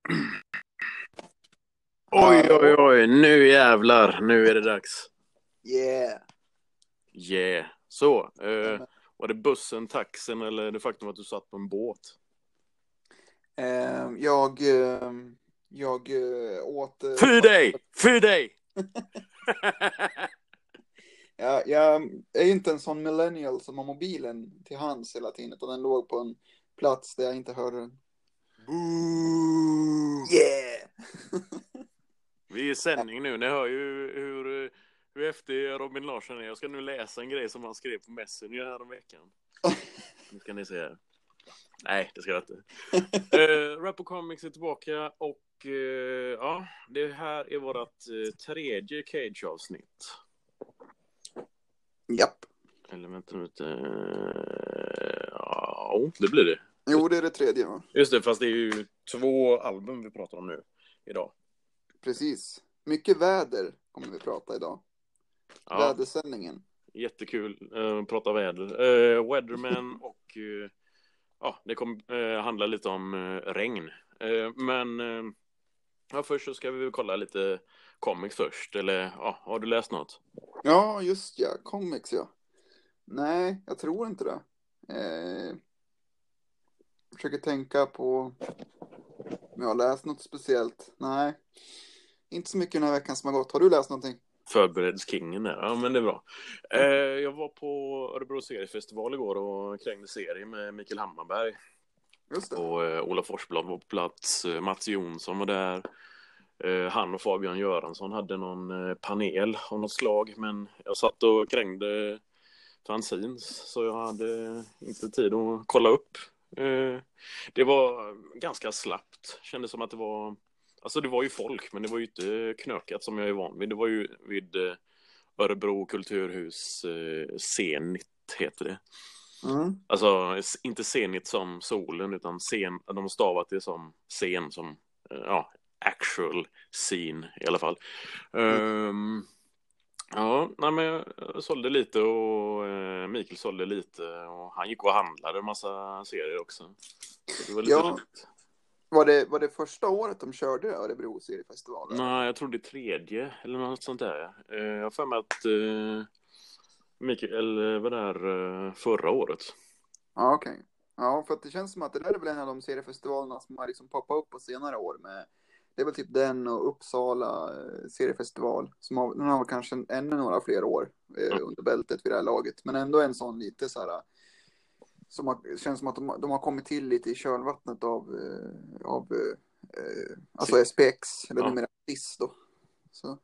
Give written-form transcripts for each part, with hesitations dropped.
Oj, oj, Hallå? oj, nu jävlar, nu är det dags. Yeah. Yeah. Så, Stämmer. var det bussen, taxen eller det faktum att du satt på en båt? Jag åt... Fy dig! Fy dig! Jag är ju inte en sån millennial som har mobilen till hands hela tiden, utan den låg på en plats där jag inte hörde den. Boo! Yeah! Vi är i sändning nu, ni hör ju hur efter Robin Larsson är. Jag ska nu läsa en grej som han skrev på Messenger här om veckan. Nu ska ni se här. Nej, det ska jag inte. Rap och Comics är tillbaka och ja, det här är vårt tredje Cage-avsnitt. Japp. Eller vänta nu lite. Ja, det blir det. Jo, det är det tredje, va? Just det, fast det är ju 2 album vi pratar om nu idag. Precis. Mycket väder kommer vi prata idag. Ja, Vädersändningen. jättekul att prata väder. Weatherman och ja, det kommer handla lite om regn. Men ja, först så ska vi väl kolla lite comics först. Eller ja, har du läst något? Ja, just ja. Comics, ja. Nej, jag tror inte det. Försöker tänka på om jag har läst något speciellt. Nej, inte så mycket den här veckan som har gått. Har du läst någonting? Förberedskingen där, ja men det är bra. Jag var på Örebro seriefestival igår och krängde serie med Mikael Hammarberg. Just det. Och Ola Forsblad var på plats, Mats Jonsson var där. Han och Fabian Göransson hade någon panel av något slag, men jag satt och krängde fanzines så jag hade inte tid att kolla upp. Det var ganska slappt. Kändes som att det var, alltså det var ju folk, men det var ju inte knökat som jag är van vid. Det var ju vid Örebro kulturhus, Zenit heter det. Mm. Alltså inte Zenit som solen, utan de har stavat det som scen, som ja, actual scene i alla fall. Ja, nej, men jag sålde lite och Mikael sålde lite och han gick och handlade en massa serier också. Så det var lite roligt. Var det första året de körde Örebro seriefestival? Nej, jag tror det är 3:e eller något sånt där. Jag har för mig att Mikael var där förra året. Ja, okej. Ja, för att det känns som att det där är väl en av de seriefestivalerna som har liksom poppat upp på senare år med. Det är väl typ den och Uppsala seriefestival som den har kanske ännu några fler år under bältet vid det här laget. Men ändå en sån lite så här känns som att de har kommit till lite i kölvattnet av alltså SPX eller numera SIS då. Så.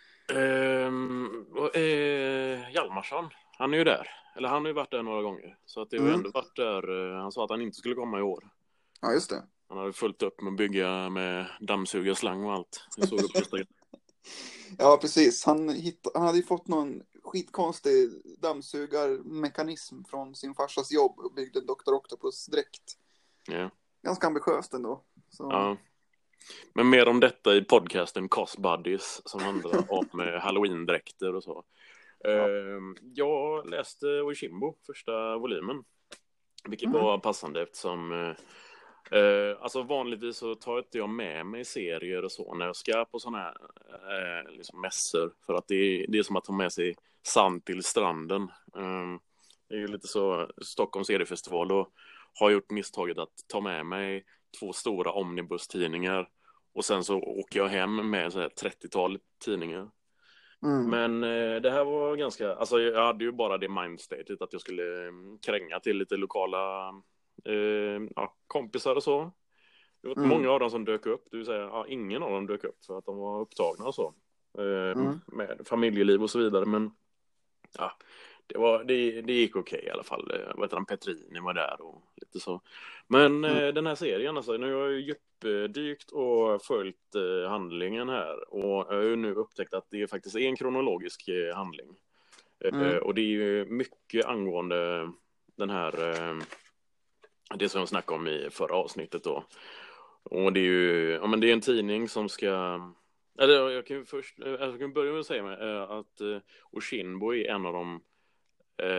Hjalmarsson, han är ju där. Eller han har ju varit där några gånger. Så att det har ändå varit där. Han sa att han inte skulle komma i år. Ja, just det. Han hade fullt upp med att bygga med dammsugarslang och allt. Jag såg det på Instagram. Ja, precis. Han hade ju fått någon skitkonstig dammsugarmekanism från sin farsas jobb och byggde en Dr. Octopus-dräkt. Ja. Ganska ambitiöst ändå. Så. Ja. Men mer om detta i podcasten Cos Buddies som handlar om Halloween-dräkter och så. Jag läste Oishimbo, första volymen. Vilket var passande eftersom alltså vanligtvis så tar inte jag med mig serier och så när jag ska på sådana här liksom mässor. För att det är som att ta med sig sand till stranden. Det är ju lite så Stockholms seriefestival och har gjort misstaget att ta med mig 2 stora omnibus-tidningar. Och sen så åker jag hem med så här 30-tal tidningar. Men det här var ganska, alltså jag hade ju bara det mindstatet att jag skulle kränga till lite lokala kompisar och så. Det var många av dem som dök upp, det vill säga ingen av dem dök upp för att de var upptagna och så. Med familjeliv och så vidare, men ja, det gick okej i alla fall. Petrini var där och lite så. Men den här serien, alltså, nu har jag ju djupdykt och följt handlingen här. Och jag har ju nu upptäckt att det faktiskt är en kronologisk handling. Och det är ju mycket angående den här, det som jag snackade om i förra avsnittet då. Och det är ju, ja men det är en tidning som ska... Eller jag kan börja med att säga att Oshinbo är en av de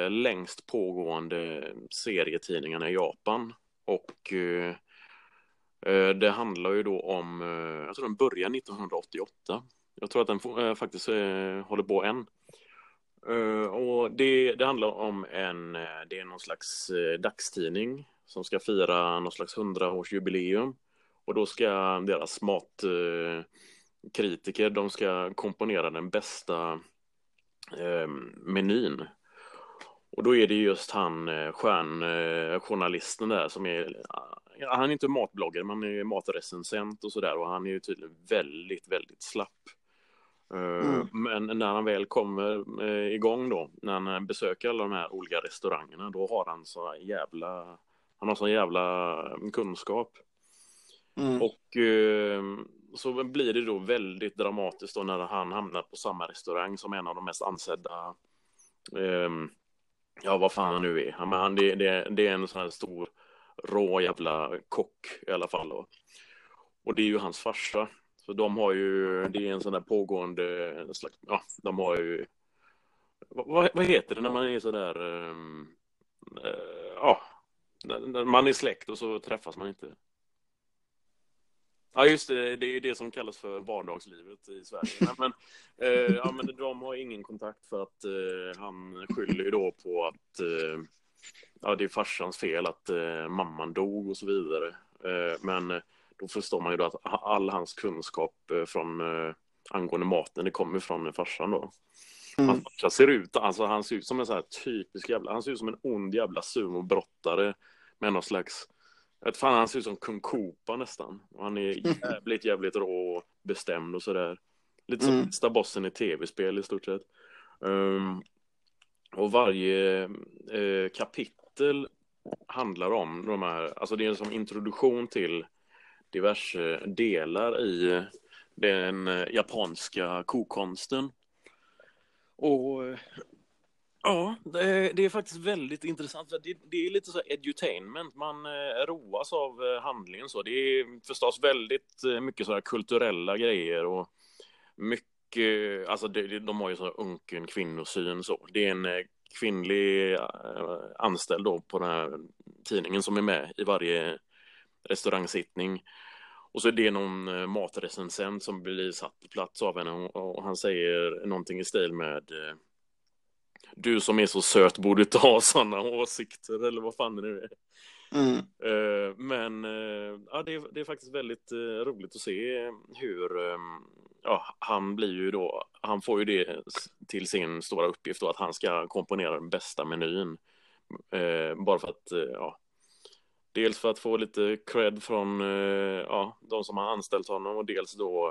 längst pågående serietidningarna i Japan. Och Det handlar ju då om, jag tror den börjar 1988. Jag tror att den faktiskt håller på än. Och det handlar om det är någon slags dagstidning som ska fira någon slags 100-årsjubileum. Och då ska deras matkritiker, de ska komponera den bästa menyn. Och då är det just han stjärnjournalisten där som är, han är inte matbloggare, men han är matrecensent och sådär, och han är ju tydligen väldigt, väldigt slapp. Men när han väl kommer igång då, när han besöker alla de här olika restaurangerna, då har han sån jävla kunskap. Och så blir det då väldigt dramatiskt då när han hamnar på samma restaurang som en av de mest ansedda, ja vad fan han nu är. Det är en sån här stor rå jävla kock i alla fall då. Och det är ju hans farsa. Så de har ju, det är en sån där pågående slags, ja, de har ju, vad heter det när man är så där, ja, när man är släkt och så träffas man inte. Ja just det, det är ju det som kallas för vardagslivet i Sverige. Men ja, men de har ingen kontakt för att han skyller ju då på att ja, det är farsans fel att mamman dog och så vidare. Men då förstår man ju då att all hans kunskap från angående maten, det kommer från farsan då. Hans farsa ser ut, alltså han ser ut som en så här typisk jävla, han ser ut som en ond jävla sumobrottare med någon slags, han ser ut som Kung Koopa nästan. Och han är jävligt rå och bestämd och sådär. Lite som sista bossen i tv-spel i stort sett. Och varje kapitel handlar om de här, alltså det är en som introduktion till diverse delar i den japanska kokonsten. Och ja, det är faktiskt väldigt intressant. Det är lite så edutainment. Man roas av handlingen så. Det är förstås väldigt mycket så här kulturella grejer och mycket, alltså de har ju så här unken kvinnosyn så. Det är en kvinnlig anställd då på den här tidningen som är med i varje restaurangsittning. Och så är det någon matrecensent som blir satt på plats av henne och han säger någonting i stil med du som är så söt borde inte ha sådana åsikter eller vad fan det nu är. Men ja, det är faktiskt väldigt roligt att se hur ja, han får ju det till sin stora uppgift då, att han ska komponera den bästa menyn. Bara för att ja, dels för att få lite cred från ja, de som har anställt honom och dels då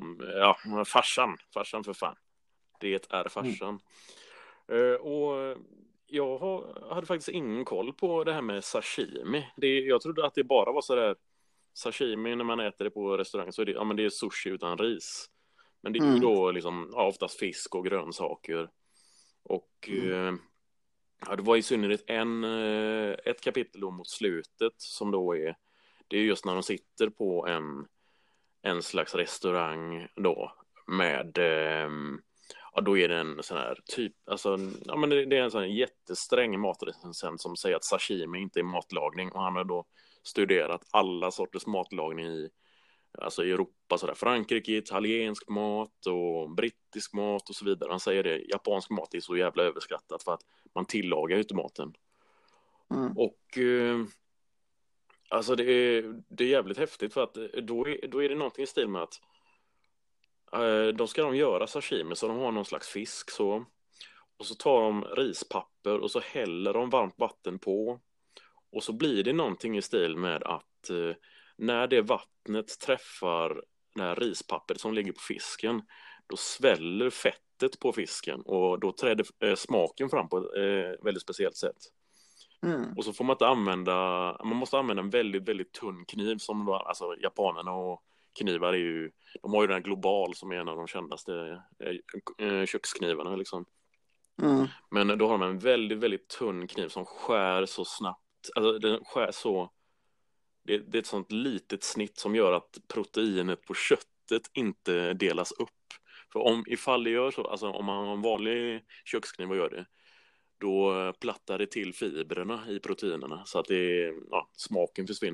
farsan för fan. Det är farsan. Och jag hade faktiskt ingen koll på det här med sashimi. Jag trodde att det bara var så där sashimi när man äter det på restaurang så är det är sushi utan ris. Men det är ju då liksom oftast fisk och grönsaker. Och ja, det var i synnerhet ett kapitel då mot slutet som då det är just när de sitter på en slags restaurang då med ja, då är det en sån här typ, alltså, ja, men det är en sån här jättesträng matrecensent som säger att sashimi inte är matlagning och han har då studerat alla sorters matlagning i Europa, sådär, Frankrike, italiensk mat och brittisk mat och så vidare. Han säger det, japansk mat är så jävla överskattat för att man tillagar inte maten. Och alltså det är jävligt häftigt för att då är det någonting i stil med att då ska de göra sashimi så de har någon slags fisk så. Och så tar de rispapper och så häller de varmt vatten på. Och så blir det någonting i stil med att när det vattnet träffar det här rispappret som ligger på fisken, då sväller fettet på fisken och då träder smaken fram på ett väldigt speciellt sätt. Och så får man måste använda en väldigt, väldigt tunn kniv som alltså japanerna och knivar de har ju den här Global som är en av de kändaste köksknivarna liksom. Men då har de en väldigt, väldigt tunn kniv som skär så snabbt, alltså den skär så, det är ett sånt litet snitt som gör att proteinet på köttet inte delas upp. För ifall det gör så, alltså om man har en vanlig kökskniv och gör det, då plattar det till fibrerna i proteinerna så att smaken försvinner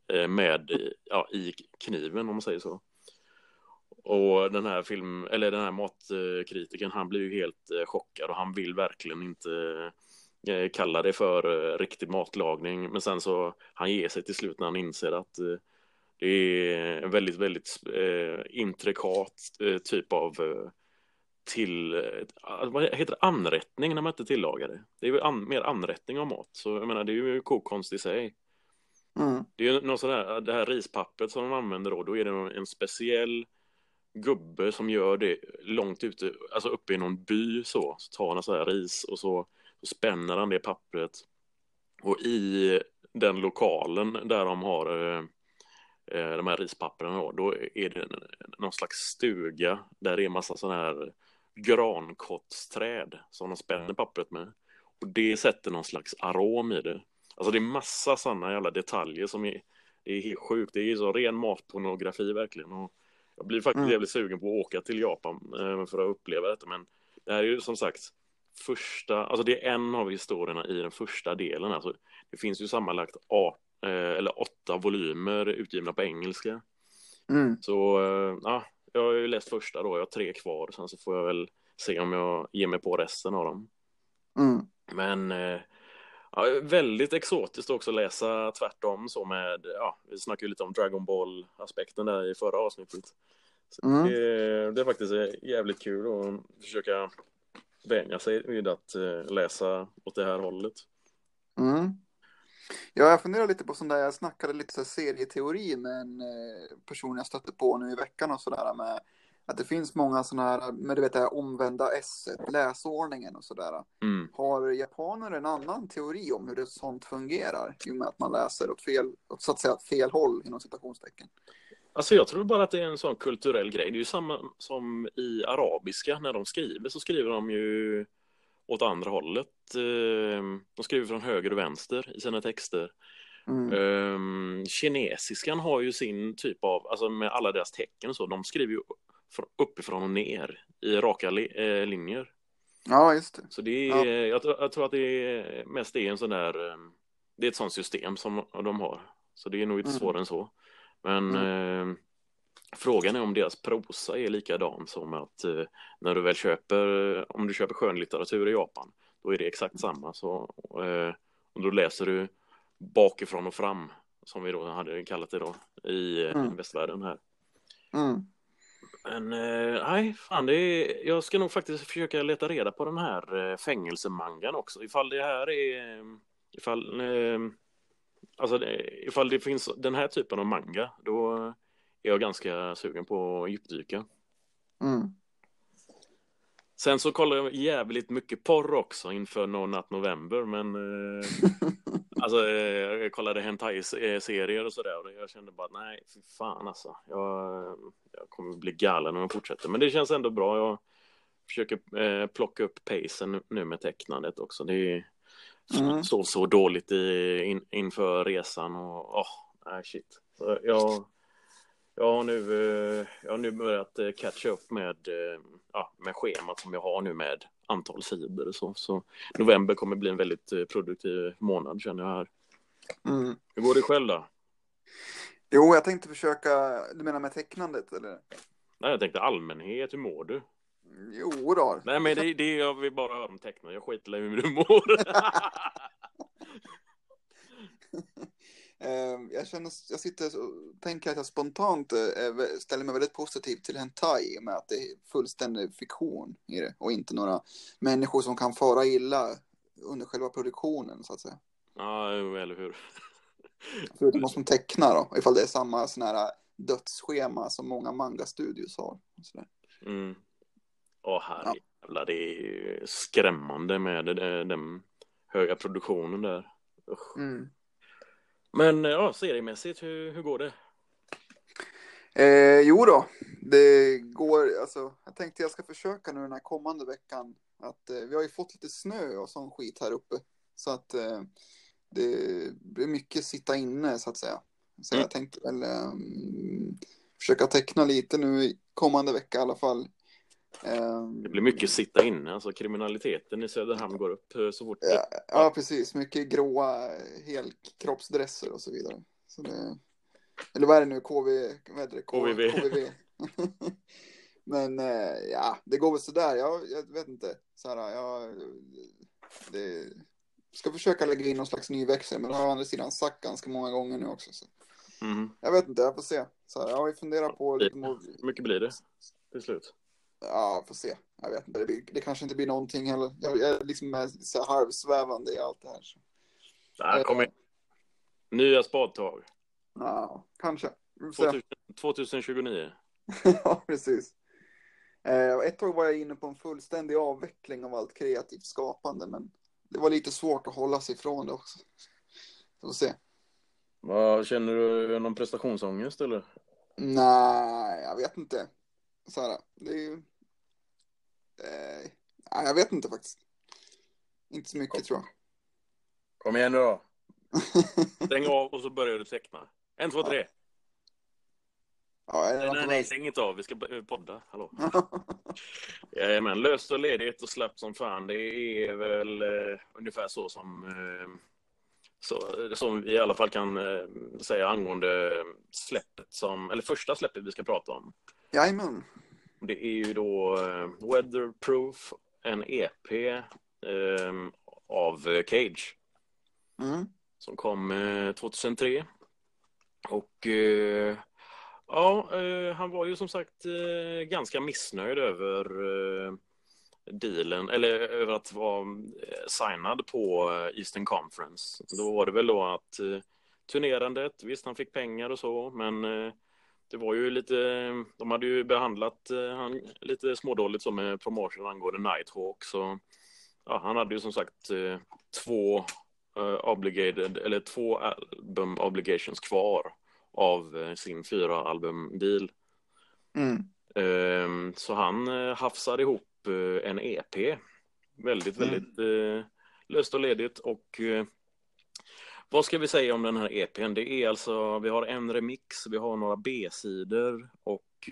i kniven, om man säger så. Och den här matkritikern, han blir ju helt chockad och han vill verkligen inte kalla det för riktig matlagning. Men sen så han ger sig till slut när han inser att det är en väldigt, väldigt intrikat typ av vad heter det? Anrättning när man inte tillagar det. Det är ju mer anrättning av mat. Så jag menar, det är ju kokkonst i sig. Det är ju något sådär, det här rispappret som de använder då är det en speciell gubbe som gör det långt ute, alltså uppe i någon by så tar han så här ris och så spänner han det pappret, och i den lokalen där de har de här rispapperna då är det någon slags stuga där det är massa sån här grankottsträd som de spänner pappret med, och det sätter någon slags arom i det. Alltså det är massa sådana jävla detaljer som det är helt sjukt. Det är så ren matpornografi verkligen, och jag blir faktiskt jävligt sugen på att åka till Japan för att uppleva detta. Men det här är ju som sagt alltså det är en av historierna i den första delen. Alltså, det finns ju sammanlagt 8 volymer utgivna på engelska. Så jag har ju läst första då, jag har 3 kvar. Sen så får jag väl se om jag ger mig på resten av dem. Men väldigt exotiskt också att läsa tvärtom så med, vi snackade ju lite om Dragon Ball-aspekten där i förra avsnittet. Så det är faktiskt jävligt kul att försöka vänja sig vid att läsa åt det här hållet. Ja, jag funderar lite på sånt där, jag snackade lite så serieteori med en person jag stötte på nu i veckan och sådär, med att det finns många sådana här, med du vet det här omvända S-et, läsordningen och sådär. Har japaner en annan teori om hur det sånt fungerar i och med att man läser åt så att säga fel håll inom citationstecken? Alltså jag tror bara att det är en sån kulturell grej. Det är ju samma som i arabiska, när de skriver så skriver de ju åt andra hållet. De skriver från höger och vänster i sina texter. Kinesiskan har ju sin typ av, alltså med alla deras tecken och så, de skriver ju uppifrån och ner i raka linjer. Ja, just det. Så det är, jag tror att det är mest en sån där, det är ett sånt system som de har. Så det är nog inte svårare än så. Men frågan är om deras prosa är likadan som att när du väl om du köper skönlitteratur i Japan, då är det exakt samma. Så, och då läser du bakifrån och fram, som vi då hade kallat det då i västvärlden här. Men nej, fan, jag ska nog faktiskt försöka leta reda på den här fängelsemangan också. Ifall det här är ifall det finns den här typen av manga, då är jag ganska sugen på att djupdyka. Sen så kollar jag jävligt mycket porr också inför No Nut November, men alltså jag kollade hentai-serier och sådär, och jag kände bara nej, fy fan alltså. Jag kommer bli galen om jag fortsätter, men det känns ändå bra. Jag försöker plocka upp pacen nu med tecknandet också. Det är så dåligt inför resan och shit. Så jag har nu börjat catcha upp med schemat som jag har nu med antal sidor och så november kommer bli en väldigt produktiv månad, känner jag här. Hur går det själv då? Jo, jag tänkte försöka, du menar med tecknandet eller? Nej, jag tänkte allmänhet, hur mår du? Jo då. Nej, men det jag vill bara höra om tecknat. Jag skiter i hur du mår. Jag sitter och tänker att jag spontant ställer mig väldigt positivt till hentai, med att det är fullständig fiktion i det och inte några människor som kan fara illa under själva produktionen, så att säga. Ja, eller hur? Förutom de som tecknar då, ifall det är samma sån här dödsschema som många manga-studios har. Herrejävlar, det är ju skrämmande med den höga produktionen där. Men seriemässigt, hur går det? Jo då, det går, alltså jag tänkte jag ska försöka nu den här kommande veckan att vi har ju fått lite snö och sån skit här uppe, så att det blir mycket sitta inne, så att säga. Så jag tänkte väl försöka teckna lite nu i kommande vecka i alla fall. Det blir mycket sitta inne, alltså kriminaliteten i Söderhamn går upp så fort. Ja, precis, mycket gråa helkroppsdresser och så vidare. Så Eller vad är det nu? Vad heter det? KVV. KVV. Men ja, det går väl sådär. Jag vet inte. Så här, det ska försöka lägga in någon slags ny växel. Men det har jag å andra sidan sagt ganska många gånger nu också. Så. Jag vet inte, jag får se. Så här, jag har ju funderat på lite Hur mycket blir det till slut? Ja, får se. Jag vet inte, det kanske inte blir någonting heller. Jag är liksom så här halvsvävande i allt det här. Så. Där kommer nya spadtag. Ja, kanske. 2029. Ja, precis. Ett tag var jag inne på en fullständig avveckling av allt kreativt skapande, men det var lite svårt att hålla sig ifrån det också. Får se. Vad känner du, någon prestationsångest eller? Nej, jag vet inte. Så här, det är ju... nej, jag vet inte faktiskt. Inte så mycket tror jag. Kom igen nu då. Stäng av och så börjar du teckna. 1, 2, 3. Ja, nej, stäng inte av. Vi ska podda. Hallå. Men löst och ledigt och släppt som fan. Det är väl ungefär så som vi i alla fall kan säga angående släppet eller första släppet vi ska prata om. Jajamän. Det är ju då Weatherproof, en EP av Cage. Som kom 2003. Och han var ju som sagt ganska missnöjd över dealen, eller över att vara signad på Eastern Conference. Då var det väl då att turnerandet, visst han fick pengar och så, men det var ju lite, de hade ju behandlat han lite smådåligt som med promotion angående Nighthawk, så ja, han hade ju som sagt två album obligations kvar av sin 4-album deal. Så han hafsade ihop en EP väldigt löst och ledigt. Och vad ska vi säga om den här EPn? Det är alltså, vi har en remix, vi har några B-sidor och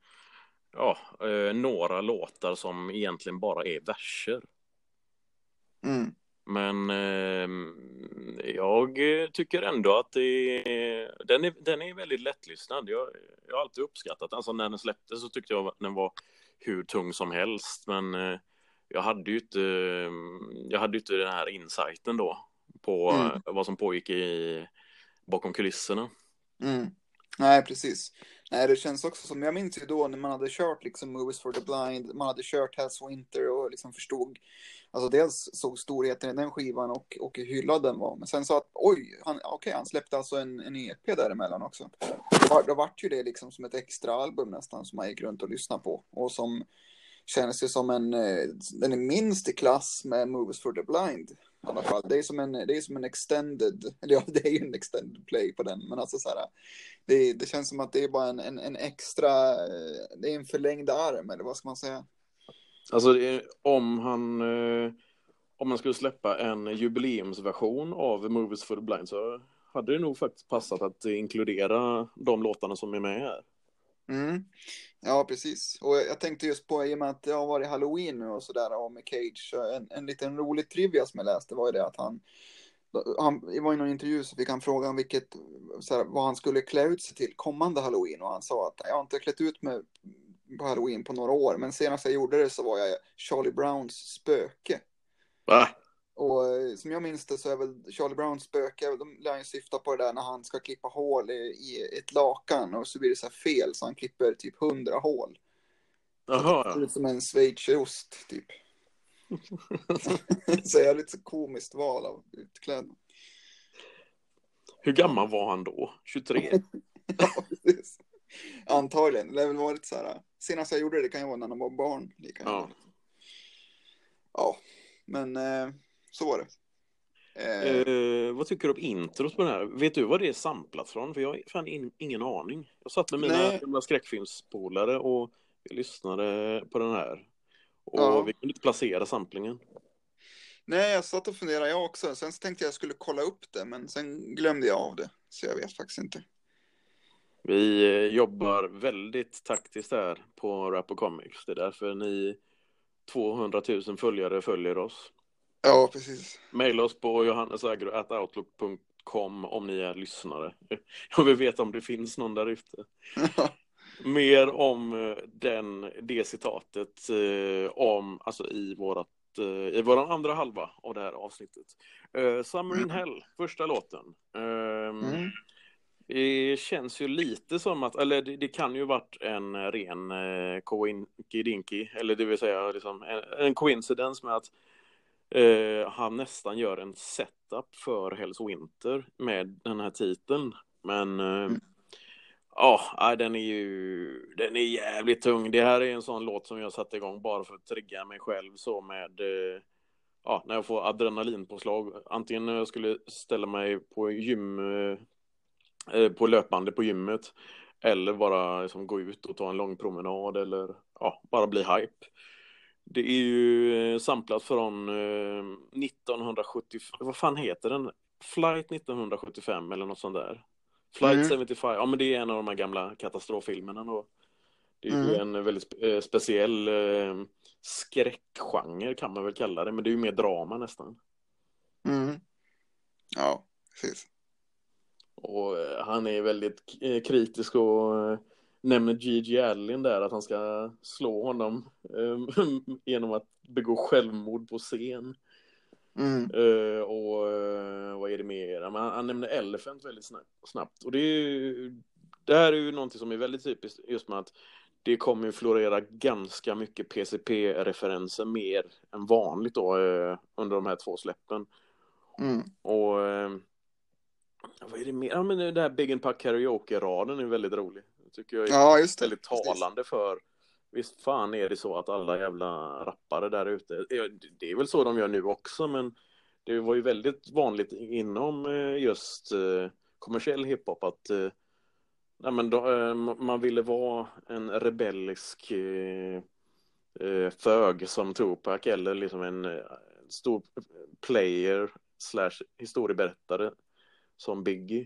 några låtar som egentligen bara är verser. Men jag tycker ändå att den är väldigt lättlyssnad. Jag har alltid uppskattat. Alltså när den släpptes så tyckte jag att den var hur tung som helst. Men jag hade ju inte den här insighten då på vad som pågick bakom kulisserna. Nej, precis. Nej, det känns också som, jag minns ju då när man hade kört liksom Movies for the Blind, man hade kört Hell's Winter och liksom förstod, alltså dels såg storheten i den skivan och hur hyllad den var, men sen sa att han släppte alltså en EP däremellan också. Då vart ju det liksom som ett extra album nästan som man gick runt och lyssnade på och som känns ju som den är minst i klass med Movies for the Blind i alla fall. Det är som en extended, eller ja, det är ju en extended play på den, men alltså så här, det känns som att det är bara en extra, det är en förlängd arm, eller vad ska man säga? Alltså om man skulle släppa en jubileumsversion av Movies for the Blind så hade det nog faktiskt passat att inkludera de låtarna som är med här. Ja, precis. Och jag tänkte just på, i och med att det har varit Halloween nu och sådär, och med Cage, en liten rolig trivia som jag läste var ju det att han var i någon intervju så fick han frågan vad han skulle klä ut sig till kommande Halloween, och han sa att jag har inte klätt ut mig på Halloween på några år, men senast jag gjorde det så var jag Charlie Browns spöke. Va? Och som jag minns det så är väl Charlie Browns spöke, de lär ju syfta på det där när han ska klippa hål i ett lakan och så blir det så här fel så han klipper typ 100 hål. Jaha. Det ser ut som en schweizerost typ. Så jag är lite så komiskt val av utklädnad. Hur gammal var han då? 23? Ja, precis. Antagligen. Det har väl varit så här, senast jag gjorde det kan ju vara när han var barn. Ja, men så var det. Vad tycker du om intros på den här? Vet du vad det är samplat från? För jag har fan ingen aning. Jag satt med mina gamla skräckfilmspolare och vi lyssnade på den här. Och vi kunde inte placera samplingen. Nej, jag satt och funderade jag också. Sen så tänkte jag skulle kolla upp det, men sen glömde jag av det. Så jag vet faktiskt inte. Vi jobbar väldigt taktiskt här på Rap och Comics. Det är därför ni 200 000 följare följer oss. Ja, precis. Maila oss på johannesagro@outlook.com gmail.com om ni är lyssnare. Jag vill veta om det finns någon där ute. Mer om det citatet alltså i våran andra halva av det här avsnittet. Summer in Hell, första låten. Det känns ju lite som att, eller det kan ju varit en ren coincidinky, eller det vill säga liksom en coincidence med att han nästan gör en setup för Hells Winter med den här titeln. Men den är jävligt tung. Det här är en sån låt som jag satte igång bara för att trigga mig själv så med när jag får adrenalinpåslag. Antingen när jag skulle ställa mig på gym på löpande på gymmet eller bara liksom gå ut och ta en lång promenad eller bara bli hype. Det är ju samplat från 1970, vad fan heter den? Flight 1975 eller något sånt där. Flight 75, ja men det är en av de här gamla katastroffilmerna då. Det är ju en väldigt speciell skräckgenre kan man väl kalla det, men det är ju mer drama nästan. Ja, precis. Och han är väldigt kritisk och nämner Gigi Allen där, att han ska slå honom genom att begå självmord på scen. Och vad är det mer? Han nämner Elephant väldigt snabbt. Och det här är ju någonting som är väldigt typiskt, just med att det kommer ju florera ganska mycket PCP-referenser mer än vanligt då under de här 2 släppen. Och vad är det mer? Ja, men det här Big and Pack karaoke-raden är väldigt rolig. Det tycker jag är väldigt talande för. Visst fan är det så att alla jävla rappare där ute, det är väl så de gör nu också, men det var ju väldigt vanligt inom just kommersiell hiphop att man ville vara en rebellisk thug som Tupac eller liksom en stor player / historieberättare som Biggie.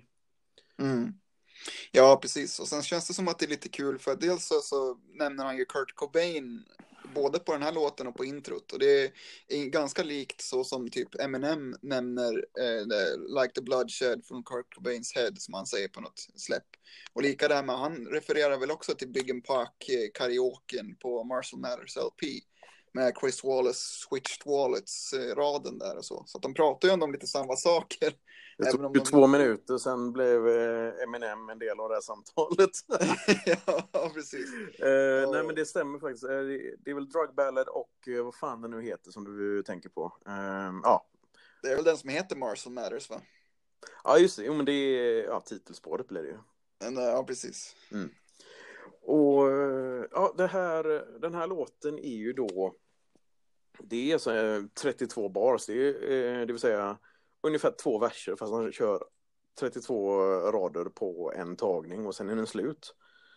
Ja, precis. Och sen känns det som att det är lite kul för att dels så nämner han ju Kurt Cobain både på den här låten och på introt. Och det är ganska likt så som typ Eminem nämner Like the Bloodshed från Kurt Cobains Head som han säger på något släpp. Och lika där med, han refererar väl också till Big and Pack karaoken på Marshall Mathers LP med Chris Wallace, Switched Wallets raden där och så. Så att de pratar ju ändå om lite samma saker. Det tog 2 minuter, sen blev Eminem en del av det här samtalet. Ja, precis. Nej, men det stämmer faktiskt. Det är väl Drug Ballad och vad fan det nu heter som du tänker på. Det är väl den som heter Marshall Mathers, va? Ja, just det. Jo, men det är titelspåret blir det ju. Ja, precis. Och den här låten är ju då, det är så 32 bars, det vill säga ungefär 2 verser, fast han kör 32 rader på en tagning och sen är den slut.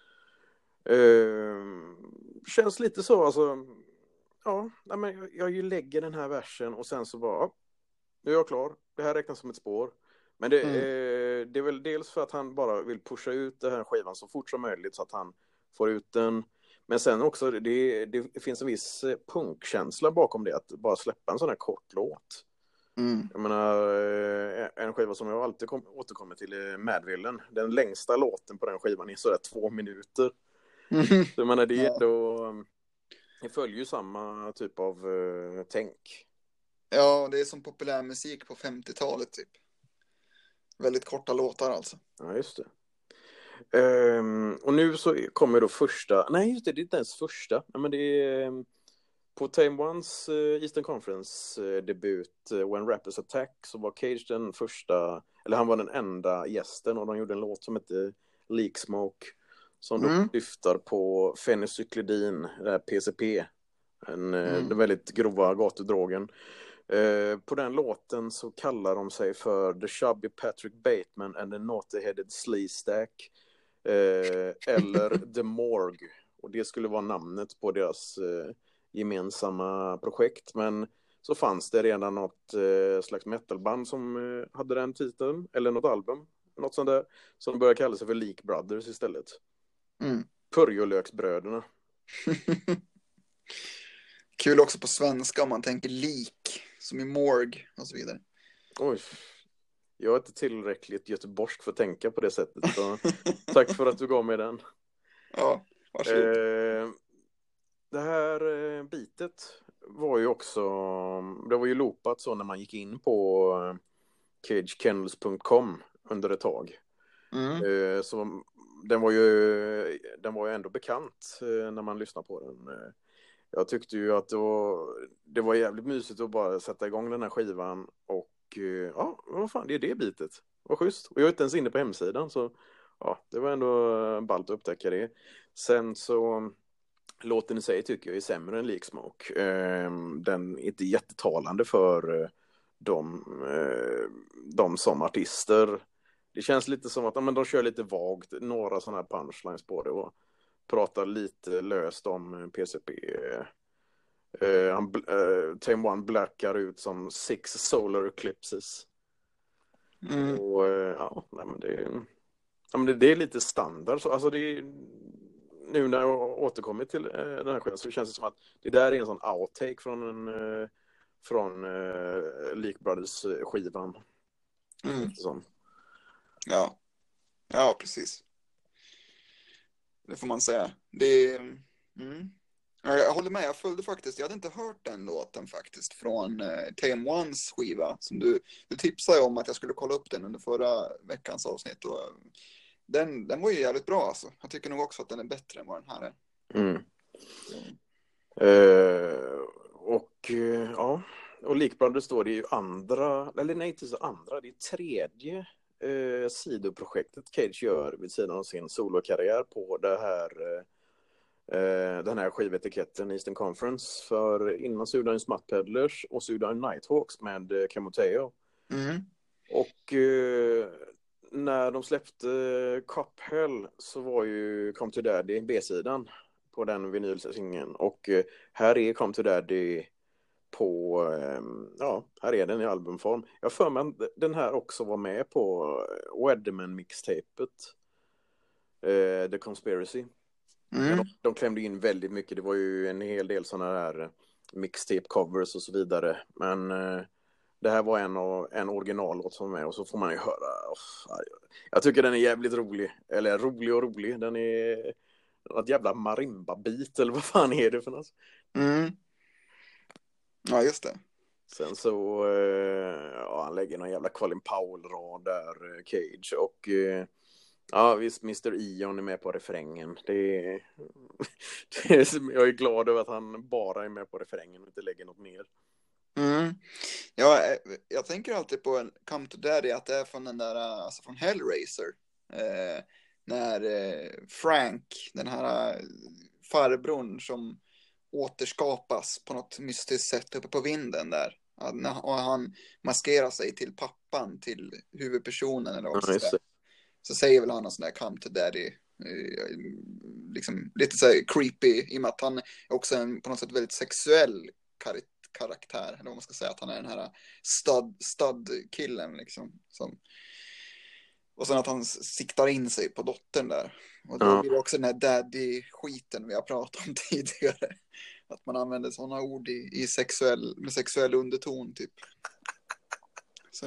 Känns lite så, alltså, men jag lägger den här versen och sen så bara, nu är jag klar, det här räknas som ett spår. Men det är väl dels för att han bara vill pusha ut den här skivan så fort som möjligt så att han får ut den. Men sen också, det finns en viss punkkänsla bakom det, att bara släppa en sån här kort låt. Jag menar, en skiva som jag alltid återkommer till är Madvillain. Den längsta låten på den skivan är sådär 2 minuter. Så jag menar, det följer ju samma typ av tänk. Ja, det är som populärmusik på 50-talet typ. Väldigt korta låtar alltså. Ja, just det. Och nu så kommer då första. Nej, just det är inte ens första. Men det är på Tame Ones Eastern Conference debut When Rappers Attack, så var Cage den första, eller han var den enda gästen, och de gjorde en låt som heter Leak Smoke som då lyfter på fenylcyklidin, PCP, den väldigt grova gatudrogen. På den låten så kallar de sig för The Chubby Patrick Bateman and the Naughty-Headed Sleestack, eller The Morgue, och det skulle vara namnet på deras gemensamma projekt. Men så fanns det redan något slags metalband som hade den titeln, eller något album, något sånt där, som började kalla sig för Leak Brothers istället. Purjolöksbröderna. Kul också på svenska om man tänker lik, som i morg och så vidare. Oj. Jag är inte tillräckligt göteborgsk för att tänka på det sättet. Så tack för att du gav mig den. Ja, varsågod. Det här bitet var ju också, det var ju loopat så när man gick in på cagekennels.com under ett tag. Så den var ju ändå bekant när man lyssnar på den. Jag tyckte ju att det var jävligt mysigt att bara sätta igång den här skivan och ja, vad fan, det är det bitet. Vad schysst. Och jag är inte ens inne på hemsidan, så ja, det var ändå ballt att upptäcka det. Sen så låten i sig tycker jag är sämre än Leaksmoke. Den är inte jättetalande för de som artister. Det känns lite som att de kör lite vagt, några sådana här punchlines på det och pratar lite löst om PCP. Tame One blackar ut som 6 solar eclipses. Och ja, nej, men det är lite standard. Så, alltså det är, nu när jag återkommer till den här skivan så känns det som att det där är en sån outtake från Leak Brothers-skivan. Ja, precis. Det får man säga. Det jag håller med, jag följde faktiskt. Jag hade inte hört den låten faktiskt från Tame Ones skiva. Som du tipsade om att jag skulle kolla upp den under förra veckans avsnitt. Och den var ju jävligt bra alltså. Jag tycker nog också att den är bättre än vad den här är. Och Leak Brothers då, det är ju andra, eller nej inte så andra, det är tredje sidoprojektet Cage gör vid sidan av sin solokarriär på den här skivetiketten Eastern Conference. För innan så gjorde han Smut Peddlers och så gjorde han Nighthawks med Camoteo. Och när de släppte Cup Hell så var ju Come to Daddy B-sidan på den vinylsingeln. Och här är Come to Daddy på, här är den i albumform. Jag för mig att den här också var med på Weatherman-mixtapet The Conspiracy. De klämde in väldigt mycket. Det var ju en hel del sådana här mixtape covers och så vidare. Men det här var en originallåt som var med. Och så får man ju höra. Jag tycker den är jävligt rolig. Eller rolig och rolig. Den är ett jävla marimba-beat. Eller vad fan är det för något? Ja, just det. Sen så han lägger någon jävla Colin Powell-rad där, Cage. Och ja, visst, Mr. Ion är med på refrängen. Jag är glad över att han bara är med på refrängen och inte lägger något mer. Ja, jag tänker alltid på en Come to Daddy, att det är från den där, alltså från Hellraiser. När Frank, den här farbrorn som återskapas på något mystiskt sätt uppe på vinden där. Och han maskerar sig till pappan, till huvudpersonen eller vad man ska säga. Så säger väl han en sån där Come to Daddy, liksom lite så här creepy, i och med att han är också på något sätt väldigt sexuell karaktär, eller vad man ska säga, att han är den här stud-killen liksom, och sen att han siktar in sig på dottern där, och då blir det också den här daddy-skiten vi har pratat om tidigare, att man använder sådana ord med sexuell underton typ. Så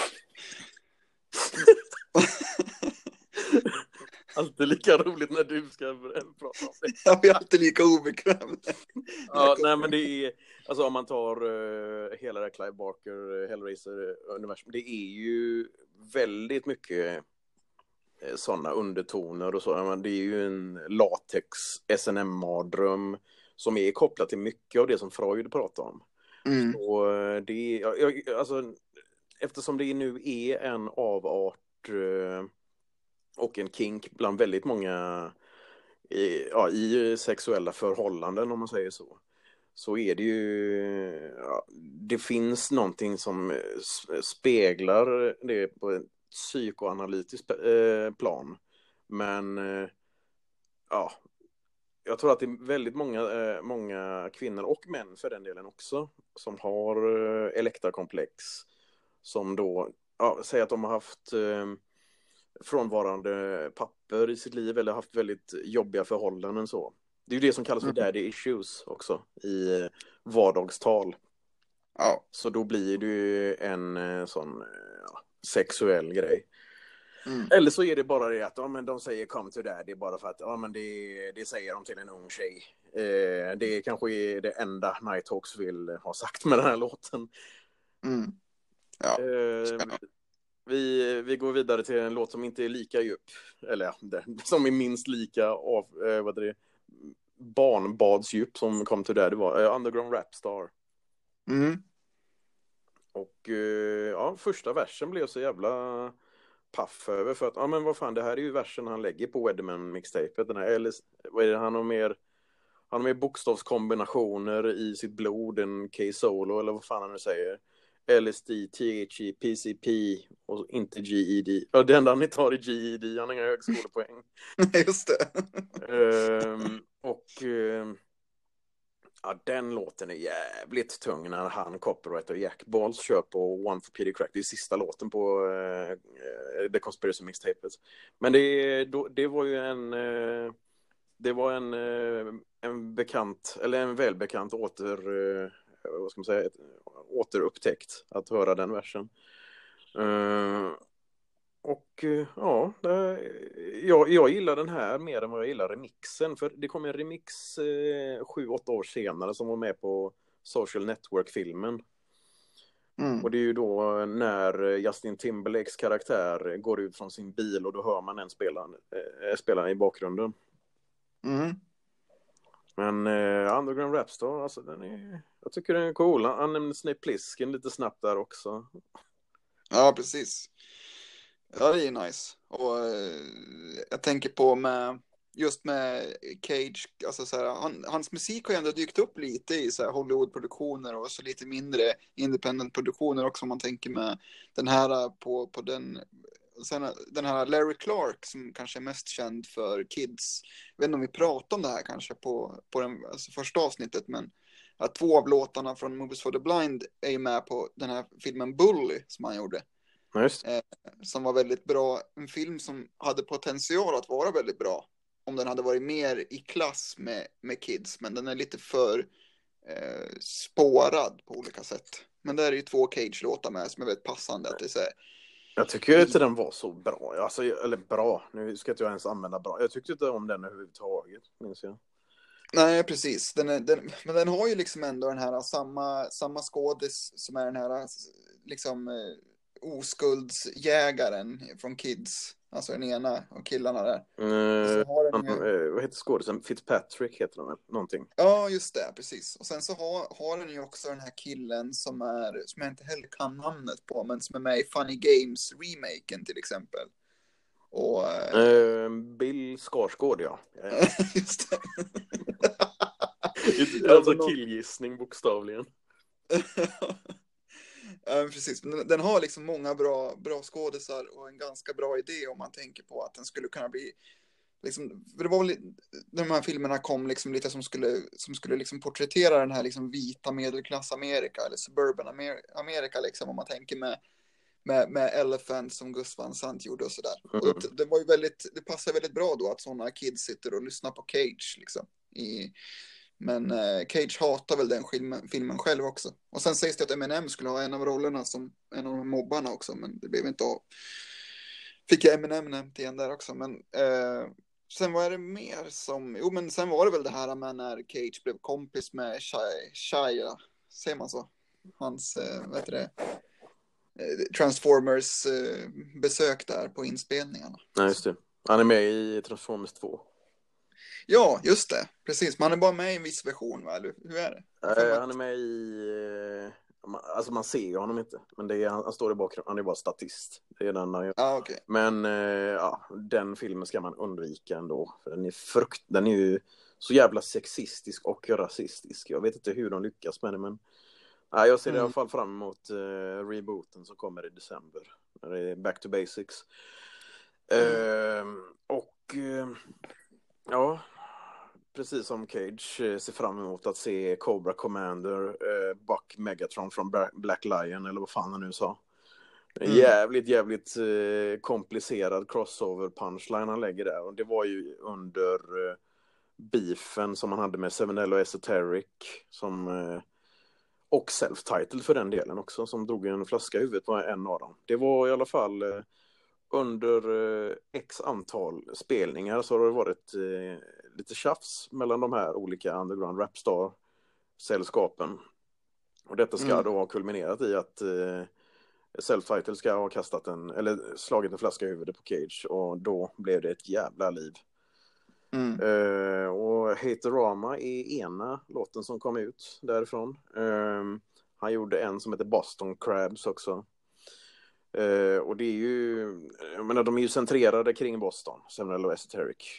alltid lika roligt när du ska prata om det. Jag blir alltid lika obekväm. Ja, nej, men det är, alltså om man tar hela det Clive Barker Hellraiser-universum, det är ju väldigt mycket sådana undertoner och så. Men det är ju en latex SNM-mardröm som är kopplat till mycket av det som Freud pratar om. Och det är, alltså, eftersom det nu är en avart och en kink bland väldigt många i sexuella förhållanden, om man säger så är det ju, det finns någonting som speglar det på ett psykoanalytiskt plan, men jag tror att det är väldigt många kvinnor och män för den delen också som har Elektra-komplex, som då säger att de har haft frånvarande papper i sitt liv eller haft väldigt jobbiga förhållanden så. Det är ju det som kallas för daddy issues också i vardagstal. Så då blir det ju en sån sexuell grej. Eller så är det bara det att men de säger come to daddy bara för att men det säger de till en ung tjej. Det kanske är det enda Nighthawks vill ha sagt med den här låten. Ja. Vi går vidare till en låt som inte är lika djup. Eller som är minst lika barnbadsdjup som Come to Daddy var. Underground Rapstar. Och första versen blev så jävla paff över för att men vad fan, det här är ju versen han lägger på Weatherman-mixtapet. Den här vad är det, han har mer bokstavskombinationer i sitt blod än K-Solo eller vad fan han nu säger. LSD, THC, PCP och inte GED. Ja, det enda han inte har är GED. Han har inga högskolepoäng. Just det. Den låten är jävligt tung när han, Copyright och Jack Balls kör på One for Peter Crack. Det är sista låten på The Conspiracy Mixtapet. Men det var ju en bekant, eller en välbekant återupptäckt att höra den versen. Jag gillar den här mer än vad jag gillar remixen, för det kom en remix 7-8 år senare som var med på Social Network-filmen. Och det är ju då när Justin Timberlakes karaktär går ut från sin bil och då hör man en spelaren i bakgrunden. Men Underground Rapstar, alltså jag tycker den är cool. Han nämnde Snape Plissken lite snabbt där också. Ja, precis. Ja, det är nice. Och jag tänker på just med Cage, alltså så här, hans musik har ju ändå dykt upp lite i så här Hollywood-produktioner och så lite mindre independent-produktioner också, om man tänker med den här på den. Sen den här Larry Clark som kanske är mest känd för Kids. Jag vet inte om vi pratar om det här kanske på den, alltså första avsnittet, men att 2 av låtarna från Movies for the Blind är ju med på den här filmen Bully som han gjorde. Just. Som var väldigt bra. En film som hade potential att vara väldigt bra om den hade varit mer i klass med Kids, men den är lite för spårad på olika sätt. Men där är ju 2 Cage-låtar med som är väldigt passande att det är så här. Jag tycker inte den var så bra. Alltså, eller bra, nu ska inte jag ens använda bra. Jag tyckte inte om den överhuvudtaget, minns jag. Nej, precis. Men den har ju liksom ändå den här samma skådis som är den här liksom oskuldsjägaren från Kids. Alltså den ena av killarna där. Så har den vad heter skådisen? Fitzpatrick heter den väl? Någonting. Ja, just det, precis. Och sen så har den ju också den här killen som jag inte heller kan namnet på, men som är med i Funny Games-remaken till exempel. Och Bill Skarsgård, ja. Just det. Alltså killgissning bokstavligen. Ja, precis. Den har liksom många bra skådisar och en ganska bra idé om man tänker på att den skulle kunna bli liksom, för det var väl de här filmerna kom liksom lite som skulle liksom porträttera den här liksom vita medelklass Amerika eller suburban Amerika liksom, om man tänker med Elephant som Gus Van Sant gjorde och sådär. Och det var ju det passar väldigt bra då att sådana kids sitter och lyssnar på Cage liksom men Cage hatar väl den filmen själv också. Och sen sägs det att Eminem skulle ha en av rollerna som en av de mobbarna också, men det blev inte av. Fick jag Eminem nämnt igen där också, men sen var det mer som, men sen var det väl det här med när Cage blev kompis med Shia, säger man så? Hans, Transformers besök där på inspelningarna. Nej, just det. Han är med i Transformers 2. Ja, just det. Precis. Man är bara med i en viss version, va? Eller hur är det? Han är med i... Alltså man ser ju honom inte. Men han står i bakgrunden. Han är bara statist. Det är den han gör. Okay. Men den filmen ska man undvika ändå. För den är ju så jävla sexistisk och rasistisk. Jag vet inte hur de lyckas med det. Men jag ser i alla fall fram emot rebooten som kommer i december. När det är Back to Basics. Precis som Cage ser fram emot att se Cobra Commander, Buck Megatron från Black Lion, eller vad fan han nu sa. Jävligt komplicerad crossover punchline han lägger där. Och det var ju under beefen som han hade med Sevenello Esoteric som Och self-titled för den delen också, som drog en flaska i huvudet på en av dem. Det var i alla fall under x antal spelningar så har det varit lite tjafs mellan de här olika underground rapstar-sällskapen. Och detta ska då ha kulminerat i att self-titled ska ha kastat eller slagit en flaska i huvudet på Cage, och då blev det ett jävla liv. Och Haterama är ena låten som kom ut därifrån. Han gjorde en som heter Boston Crabs också. Och det är ju, jag menar, de är ju centrerade kring Boston, Seminole och Esoteric.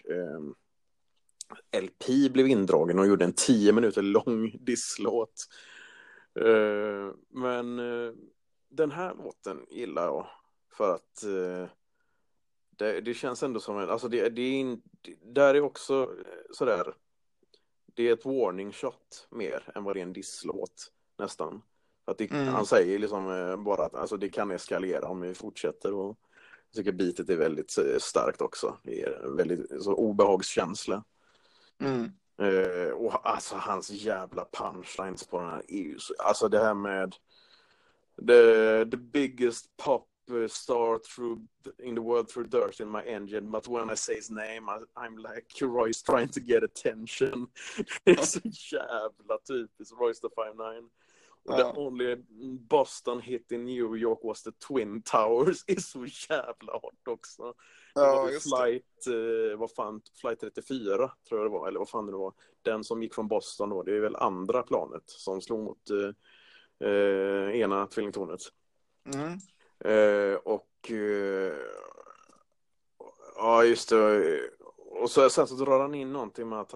LP blev indragen och gjorde en 10 minuter lång disslåt. Men den här låten gillar jag för att det känns ändå som en, alltså där är också sådär, det är ett warning shot mer än vad det är en disslåt nästan. Att han säger liksom bara att alltså, det kan eskalera om vi fortsätter, och jag tycker beatet är väldigt starkt också. Det är väldigt så obehagskänsla. Och alltså hans jävla punchlines på den här är så, alltså det här med the biggest pop star in the world through dirt in my engine, but when I say his name I'm like Royce trying to get attention. Det är så jävla typiskt Royce the 5'9". Och the only Boston hit in New York was the Twin Towers. Är så jävla hårt också. Ja, Flight 34 tror jag det var, eller vad fan det var. Den som gick från Boston då, det är väl andra planet som slog mot ena tvillingtornet. Ja, just det. Och sen så drar han in någonting med att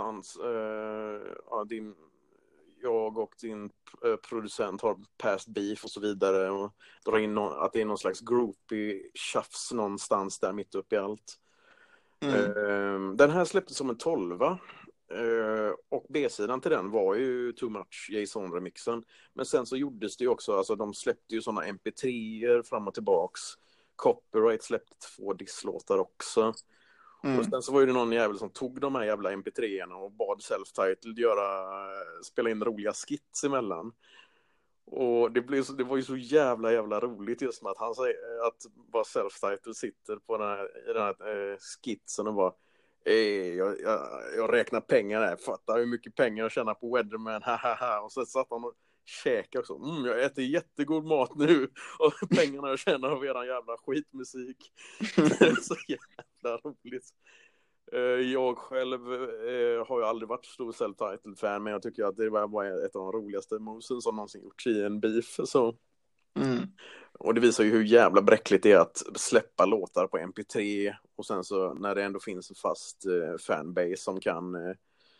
jag och din producent har past beef och så vidare, och drar in att det är någon slags groupie tjafs någonstans där mitt upp i allt. Den här släpptes som en 12, och B-sidan till den var ju Too Much Jason-remixen, men sen så gjordes det ju också, alltså de släppte ju sådana MP3-er fram och tillbaks. Copyright släppte 2 disslåtar också. Och sen så var det någon jävel som tog de här jävla MP3-erna och bad self-titled spela in roliga skits emellan. Och det var ju så jävla roligt just med att han säger att bara self-titled sitter på i den här skitsen och bara jag räknar pengar här, fattar hur mycket pengar jag tjänar på Weatherman, hahaha. Och så satt han och käkade också. Jag äter jättegod mat nu och pengarna jag tjänar av eran jävla skitmusik. Det är så jävla roligt. Jag själv har ju aldrig varit stor self-titled-fan, men jag tycker att det var ett av de roligaste movesen som någonsin gjorts i en beef. Så. Och det visar ju hur jävla bräckligt det är att släppa låtar på MP3 och sen så när det ändå finns en fast fanbase som kan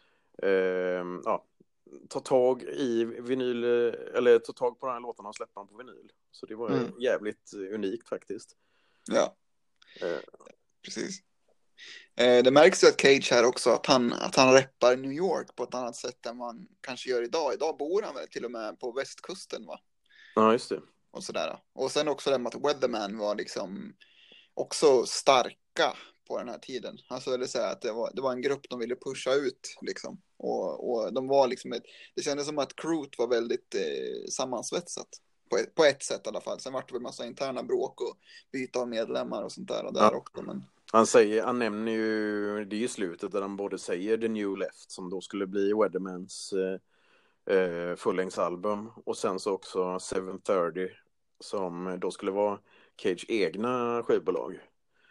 ta tag i vinyl, eller ta tag på den här låtarna och släppa dem på vinyl. Så det var jävligt unikt faktiskt. Ja, precis. Det märks ju att Cage här också, att han rappar New York på ett annat sätt än man kanske gör idag. Idag bor han väl till och med på västkusten, va? Ja, just det. Och sådär. Och sen också det med att Weatherman var liksom också starka på den här tiden. Alltså det säga att det var en grupp de ville pusha ut liksom. Och de var liksom det kändes som att crewet var väldigt sammansvetsat. På ett sätt i alla fall. Sen var det väl massa interna bråk och byta av medlemmar och sånt där också. Men... Han nämner ju det i slutet där han både säger The New Left som då skulle bli Weathermans fullängdsalbum, och sen så också 730 som då skulle vara Cage egna skivbolag.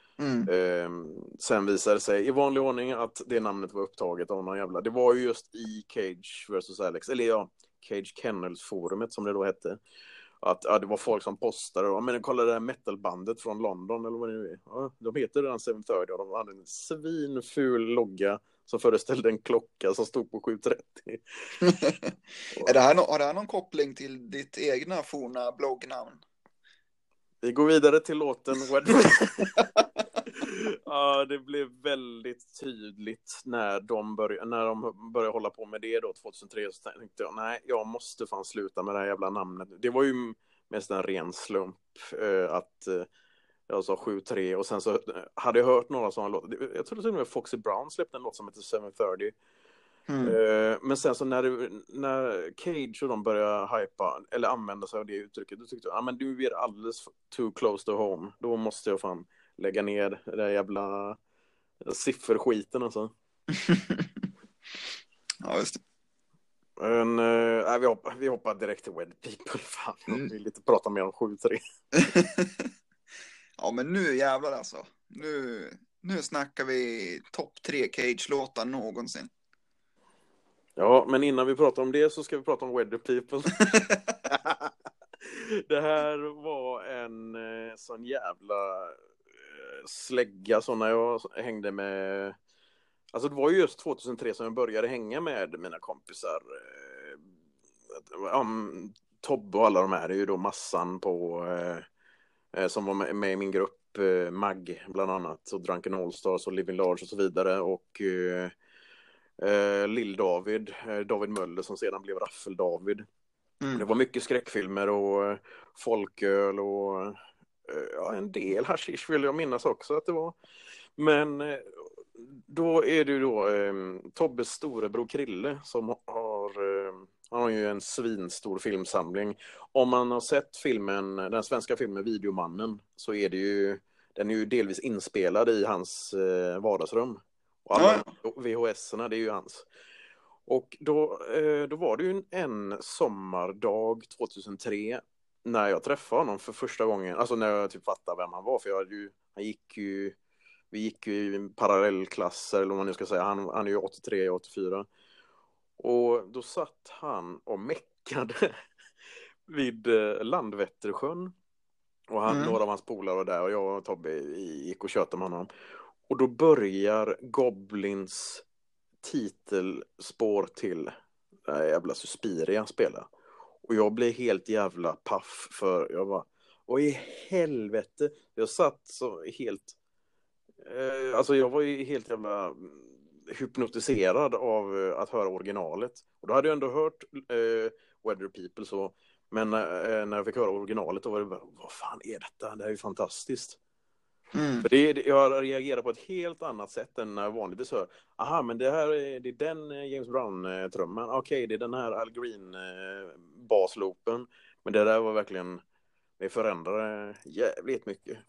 Sen visade det sig i vanlig ordning att det namnet var upptaget av någon jävla, det var ju just i Cage vs Alex, eller ja, Cage Kennels forumet som det då hette, att det var folk som postade, men kolla det här metalbandet från London eller vad det nu är, de heter redan 730 och de hade en svinful logga som föreställde en klocka som stod på 7.30. Har det här någon koppling till ditt egna forna bloggnamn? Vi går vidare till låten Ja, det blev väldigt tydligt när de började hålla på med det då 2003, så tänkte jag, nej, jag måste fan sluta med det här jävla namnet. Det var ju mest en ren slump att jag sa 7-3 och sen så hade jag hört några sådana låtar. Jag tror till och med Foxy Brown släppte en låt som heter 730. Men sen så när Cage och de började hypa eller använda sig av det uttrycket, då tyckte jag, men du är alldeles too close to home. Då måste jag fan lägga ner det där jävla sifferskiten alltså. Ja, just det. Men vi hoppar direkt till Wedded People. Fan, jag vill inte prata mer om 7-3. Ja, men nu jävlar alltså. Nu snackar vi topp 3 Cage-låtar någonsin. Ja, men innan vi pratar om det så ska vi prata om Wedded People. Det här var en sån jävla slägga så när jag hängde med. Alltså det var ju just 2003 som jag började hänga med mina kompisar. Tobbe och alla de här är ju då massan på som var med i min grupp, Mag bland annat, och Drunken All-Stars och Living Large och så vidare, och Lill-David, David Möller som sedan blev Raffel-David. Det var mycket skräckfilmer och folköl och en del hashish vill jag minnas också att det var. Men då är det ju då Tobbes storebror Krille som han har ju en svinstor filmsamling. Om man har sett den svenska filmen Videomannen, så är den är ju delvis inspelad i hans vardagsrum. Och alla VHS-erna, det är ju hans. Och då var det ju en sommardag 2003 när jag träffade honom för första gången. Alltså när jag typ fattade vem han var. För vi gick ju i parallellklasser, eller vad man nu ska säga. Han är ju 83 och 84. Och då satt han och meckade vid Landvettersjön. Och några av hans polare var där och jag och Tobbe gick och tjötade med honom. Och då börjar Goblins titelspår till jävla Suspiria spela. Och jag blir helt jävla paff, för jag bara, och i helvete, jag satt så helt alltså jag var ju helt jävla hypnotiserad av att höra originalet. Och då hade jag ändå hört Weather People så, men när jag fick höra originalet då var det bara, vad fan är detta? Det här är ju fantastiskt. För jag reagerar på ett helt annat sätt än när jag vanligtvis hör, aha, men det är den James Brown-trumman, okej, det är den här Al Green basloopen, men det där var verkligen, det förändrade jävligt mycket.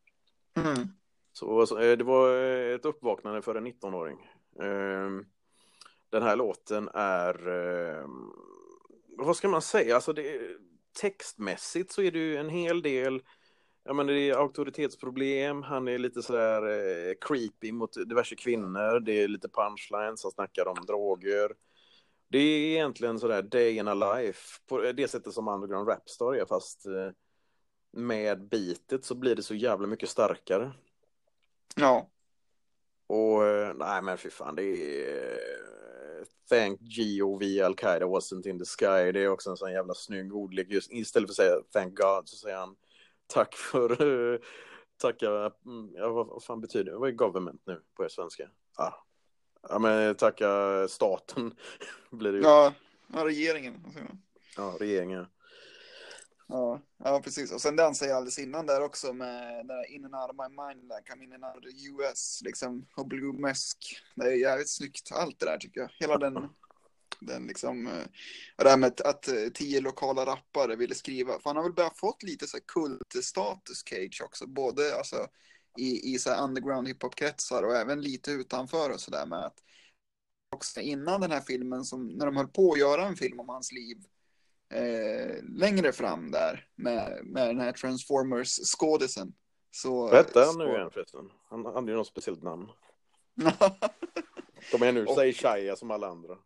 Så det var ett uppvaknande för en 19-åring. Den här låten är vad ska man säga, alltså textmässigt så är det ju en hel del. Ja, men det är auktoritetsproblem, han är lite sådär creepy mot diverse kvinnor, det är lite punchlines, han snackar om droger. Det är egentligen sådär day in a life, på det sättet som Underground Rapstar är, fast med beatet så blir det så jävla mycket starkare. Ja. Och nej men fy fan, det är Thank GOV Al-Qaida wasn't in the sky, det är också en sån jävla snygg ordlek, just istället för att säga thank God så säger han tack för tacka, vad fan betyder det? Vad är government nu på svenska? Ja, men tacka staten blir det ju. Ja, regeringen. Ja, regeringen. Ja, precis. Och sen den säger alldeles innan där också med den där in and out of my mind, där come in and out of the US, liksom, och Blue-mäsk. Det är jävligt snyggt, allt det där tycker jag. Hela den liksom, och det här med att 10 lokala rappare ville skriva, för han har väl börjat fått lite så här kultstatus, Cage också, både alltså i så här underground hiphop-kretsar och även lite utanför och sådär, med att också innan den här filmen, som när de höll på att göra en film om hans liv längre fram där med den här Transformers-skådisen. Så berätta han nu igen förresten. Han hade ju något speciellt namn. Kom igen nu, säg Shia som alla andra.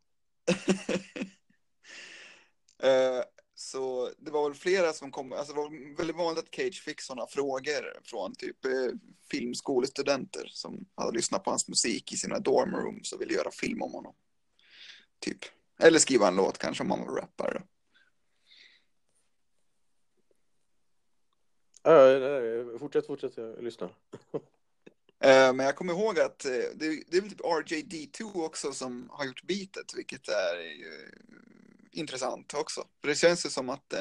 Så det var väl flera som kom, alltså det var väldigt vanligt att Cage fick sådana frågor från typ filmskolestudenter som hade lyssnat på hans musik i sina dorm rooms och ville göra film om honom. Typ. Eller skriva en låt kanske om han var rappare. Fortsätt, jag lyssnar. Men jag kommer ihåg att det är väl typ RJD2 också som har gjort beatet, vilket är intressant också. För det känns ju som att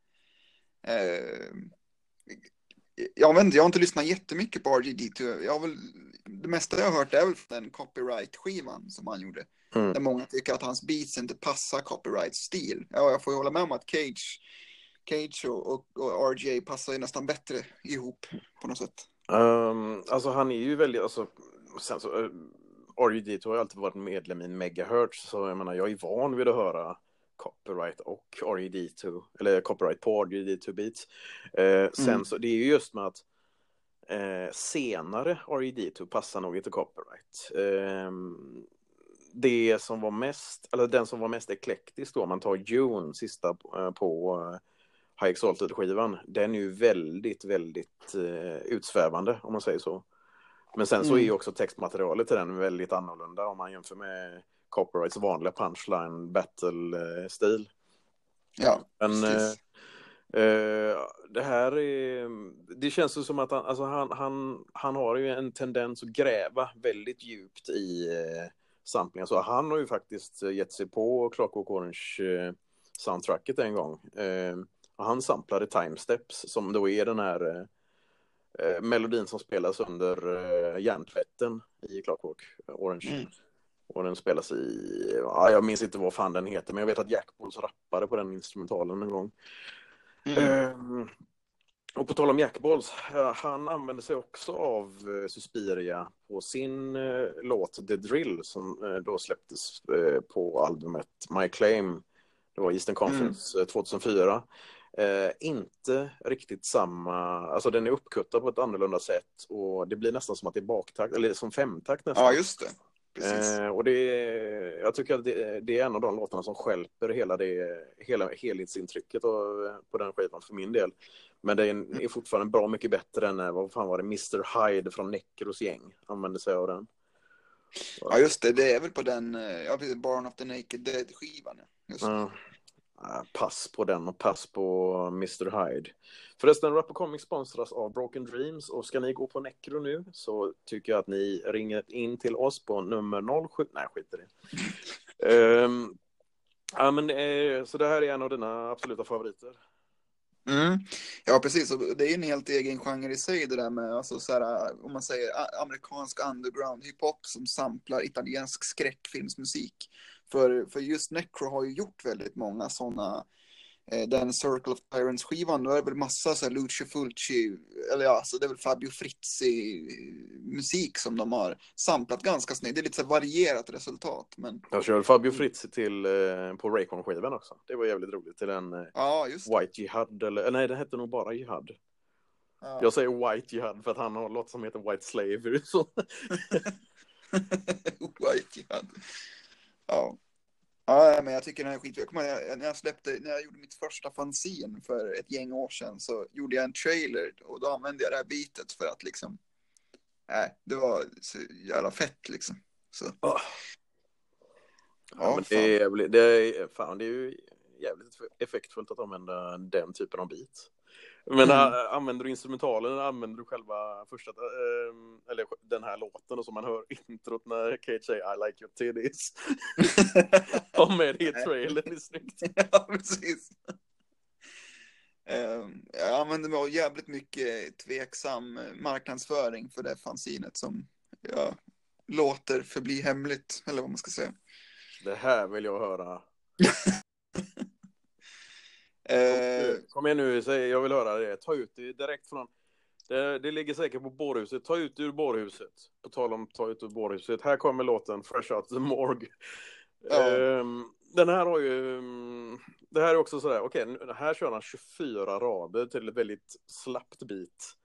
jag vet inte, jag har inte lyssnat jättemycket på RJD2. Det mesta jag har hört är väl den copyright-skivan som han gjorde. Där många tycker att hans beats inte passar copyright-stil. Ja, jag får ju hålla med om att Cage och RJ passar ju nästan bättre ihop på något sätt. Alltså han är ju väldigt, alltså, sen så, RJ2 har ju alltid varit medlem i Megahertz, så jag menar, jag är van vid att höra copyright och RJ2, eller copyright på RJ2 beats. Sen så, det är ju just med att senare RJ2 passar nog inte copyright. Det som var mest, eller den som var mest eklektisk då, om man tar June, sista på High Exalted-skivan, den är ju väldigt, väldigt utsvävande, om man säger så. Men sen så är ju också textmaterialet till den väldigt annorlunda om man jämför med copyrights vanliga punchline battle-stil. Ja, men det här är, det känns ju som att han har ju en tendens att gräva väldigt djupt i samplingar. Så han har ju faktiskt gett sig på Clockwork Orange soundtracket en gång. Och han samplade Time Steps, som då är den här melodin som spelas under hjärntvätten i Clockwork Orange. Och den spelas i, jag minns inte vad fan den heter, men jag vet att Jack Bulls rappade på den instrumentalen en gång. Och på tal om Jack Bulls, han använde sig också av Suspiria på sin låt The Drill, som då släpptes på albumet My Claim. Det var Eastern Conference 2004. Inte riktigt samma, alltså den är uppkuttad på ett annorlunda sätt, och det blir nästan som att det är baktakt, eller som femtakt nästan. Ja, just det. Och jag tycker att det är en av de låtarna som skälper hela helhetsintrycket på den skivan för min del. Men den är fortfarande bra mycket bättre än vad fan var det, Mr. Hyde från Necros gäng använde sig av den. Ja, just det är väl på den Born of the Naked Dead-skivan. Pass på den och pass på Mr. Hyde. Förresten, Rap Comics sponsras av Broken Dreams, och ska ni gå på Necro nu så tycker jag att ni ringer in till oss på nummer 07. Nej, skit i det. Så det här är en av dina absoluta favoriter. Ja, precis. Och det är en helt egen genre i sig, det där med, alltså, så här, om man säger amerikansk underground hiphop som samplar italiensk skräckfilmsmusik. För just Necro har ju gjort väldigt många sådana. Den Circle of Tyrants-skivan, då är det väl massa så här Lucio Fulci, eller ja, så det är väl Fabio Frizzi musik som de har samplat ganska snyggt. Det är lite så här varierat resultat, men jag kör Fabio Frizzi till på Raycon-skivan också. Det var jävligt roligt, till en White Jihad, eller nej, det hette nog bara Jihad. Ja. Jag säger White Jihad för att han har låt som heter White Slavery så. White Jihad. Ja. Ja, men jag tycker den här skit. När jag gjorde mitt första fanzine för ett gäng år sedan, så gjorde jag en trailer och då använde jag det här bitet för att liksom, det var så jävla fett liksom. Så. Ja, men det är ju jävligt effektfullt att använda den typen av bit. Men använder du instrumentalen, använder du själva första, eller den här låten, och som man hör introt när Cage säger I like your titties. Och med det i trailern är snyggt. Ja, precis. Jag använder mig av jävligt mycket tveksam marknadsföring för det fanzinet som jag låter förbli hemligt, eller vad man ska säga. Det här vill jag höra. Kom igen nu, jag vill höra det. Ta ut det direkt från det ligger säkert på bårhuset. Ta ut ur bårhuset. På tal om ta ut ur bårhuset. Här kommer låten Fresh Out the Morgue. Den här har ju, det här är också sådär, okej, här kör han 24 rader till ett väldigt slappt bit.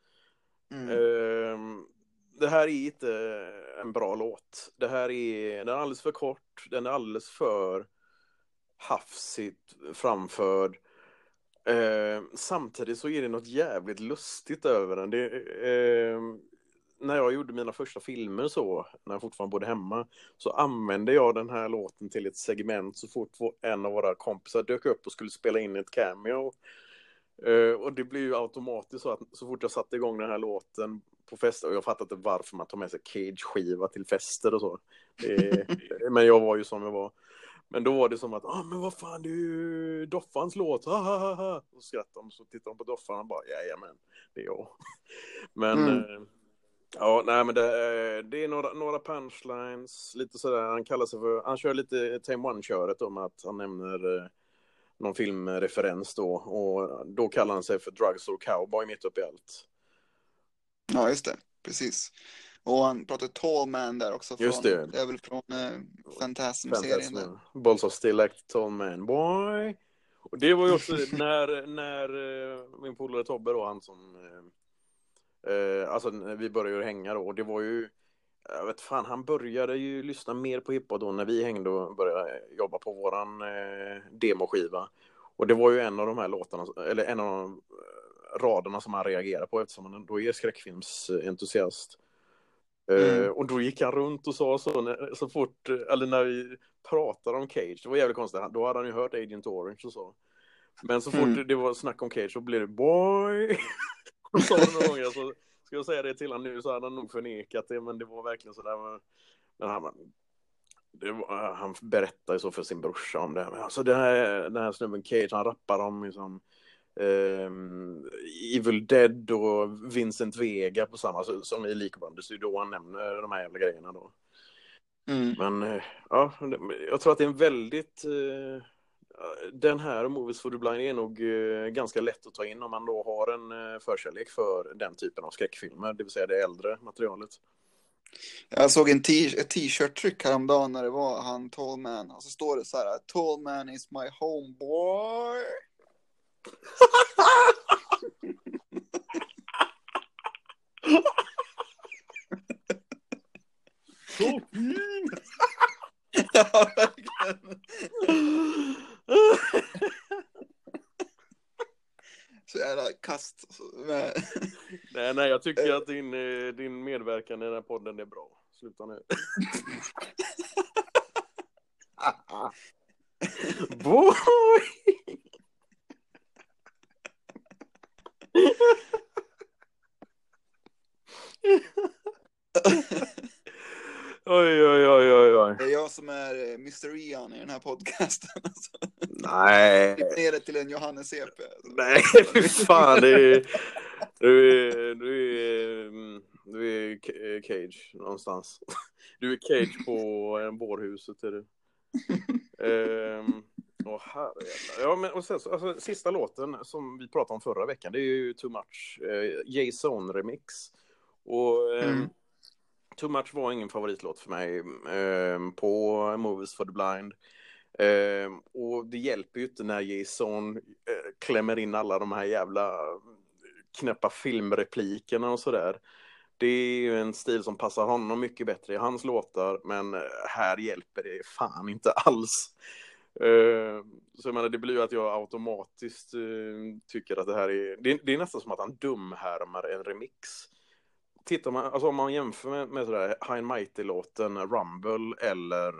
Det här är inte en bra låt. Den är alldeles för kort. Den är alldeles för hafsigt framförd. Samtidigt så är det något jävligt lustigt över den. När jag gjorde mina första filmer så, när jag fortfarande bodde hemma, så använde jag den här låten till ett segment så fort en av våra kompisar dök upp och skulle spela in ett cameo. Och det blev ju automatiskt så att så fort jag satte igång den här låten på fester, och jag fattade inte varför man tar med sig Cage-skiva till fester och så. Men jag var ju som jag var. Men då var det som att, men vad fan, det är ju Doffans låt, och skrattade de, så tittade de på Doffan och bara, jajamän, det är jag. Men Ja, nej men det är några punchlines, lite sådär, han kör lite Tame One-köret om att han nämner någon filmreferens då, och då kallar han sig för Drugstore Cowboy mitt uppe i allt. Ja, just det. Precis. Och han pratar Tall Man där också Just från, det. det är väl från Phantasm-serien där. Balls of Still Act Tall Man Boy. Och det var ju också när min polare Tobbe då, han som alltså när vi började hänga då, och det var ju, jag vet fan, han började ju lyssna mer på hiphop då när vi hängde och började jobba på våran demoskiva. Och det var ju en av de här låtarna, eller en av de raderna som han reagerade på, eftersom han då är skräckfilmsentusiast. Och då gick han runt och sa så fort, eller när vi pratade om Cage, det var jävligt konstigt, då hade han ju hört Agent Orange och så. Men så fort det var snack om Cage så blev det boy. Och sa det några gånger, så ska jag säga det till han nu så hade han nog förnekat det, men det var verkligen sådär. Men han berättade ju så för sin brorsa om det. Alltså den här snubben Cage, han rappar om liksom Evil Dead och Vincent Vega på samma, som i Likeband. Så då han nämner de här jävla grejerna då. Men ja, jag tror att det är en väldigt den här Movies for the Blind är nog ganska lätt att ta in om man då har en förkärlek för den typen av skräckfilmer, det vill säga det äldre materialet. Jag såg ett t-shirt-tryck häromdagen när det var han Tall Man, och så står det så här: Tall Man is my homeboy. Så fin! Ja, verkligen. Så jävla kast. Nej, jag tycker att din medverkan i den här podden är bra. Sluta nu. Boy! Oj. Det är jag som är Mr. Ian i den här podcasten. Alltså. Nej. Ner det till en Johannes EP. Nej, fy fan. Du är Cage någonstans. Du är Cage på bårhuset, är du. Herrejävlar. Ja, men och sen, alltså, sista låten som vi pratade om förra veckan, det är ju Too Much, Jason remix. Och Too Much var ingen favoritlåt för mig på Movies for the Blind. Och det hjälper ju inte när Jason klämmer in alla de här jävla knäppa filmreplikerna och sådär. Det är ju en stil som passar honom mycket bättre i hans låtar, men här hjälper det fan inte alls. Så jag menar, det blir ju att jag automatiskt tycker att det här det är nästan som att han dumhärmar en remix. Tittar man, alltså om man jämför med sådär High and Mighty-låten Rumble eller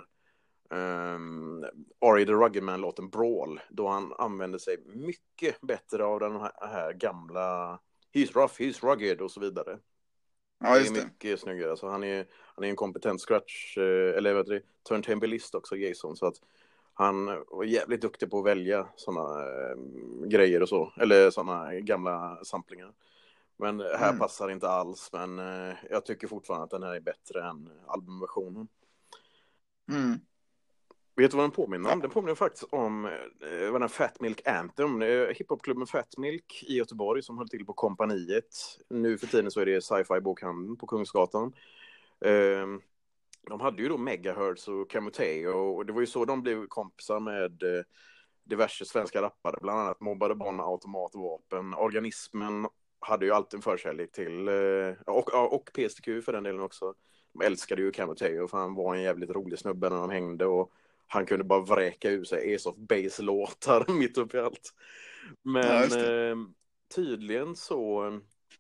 R.A. the Rugged Man-låten Brawl, då han använder sig mycket bättre av den här gamla He's rough, he's rugged och så vidare. Ja, just det är mycket snyggare. Så han är en kompetent scratch eller vad heter det, turntablist också, Jason, så att han var jävligt duktig på att välja sådana grejer och så, eller sådana gamla samplingar. Men här passar inte alls, men jag tycker fortfarande att den här är bättre än albumversionen. Vet du vad den påminner om? Den påminner faktiskt om vad den Fat Milk Anthem, hiphopklubben Fat Milk i Göteborg som höll till på Kompaniet. Nu för tiden så är det Sci-Fi bokhandeln på Kungsgatan. De hade ju då Megahertz och Camuteo, och det var ju så de blev kompisar med diverse svenska rappare, bland annat Mobbade barn med automatvapen. Organismen hade ju alltid en förkärlek till och PSTQ för den delen också. De älskade ju Camuteo för han var en jävligt rolig snubbe när de hängde, och han kunde bara vräka ur sig Ace of Base-låtar mitt upp i allt. Men tydligen så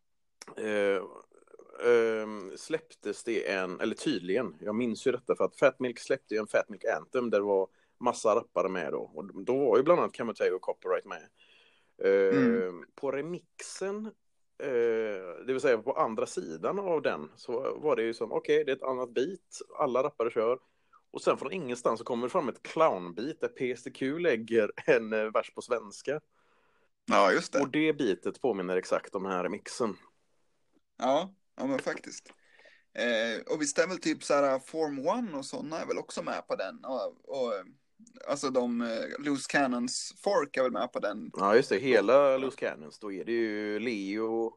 släpptes det eller tydligen, jag minns ju detta för att Fat Milk släppte ju en Fat Milk Anthem där det var massa rappare med då. Och då var ju bland annat Camuteo och Copyright med. På remixen, det vill säga på andra sidan av den, så var det ju som, okej, det är ett annat beat, alla rappare kör. Och sen från ingenstans så kommer det fram ett clownbeat där PSTQ lägger en vers på svenska. Ja, just det. Och det bitet påminner exakt om den här remixen. Ja, Ja, men faktiskt. Och visst är väl typ så här Form 1 och sådana är väl också med på den. Och alltså Loose Cannons folk är väl med på den. Ja, just det. Hela Loose Cannons. Då är det ju Leo,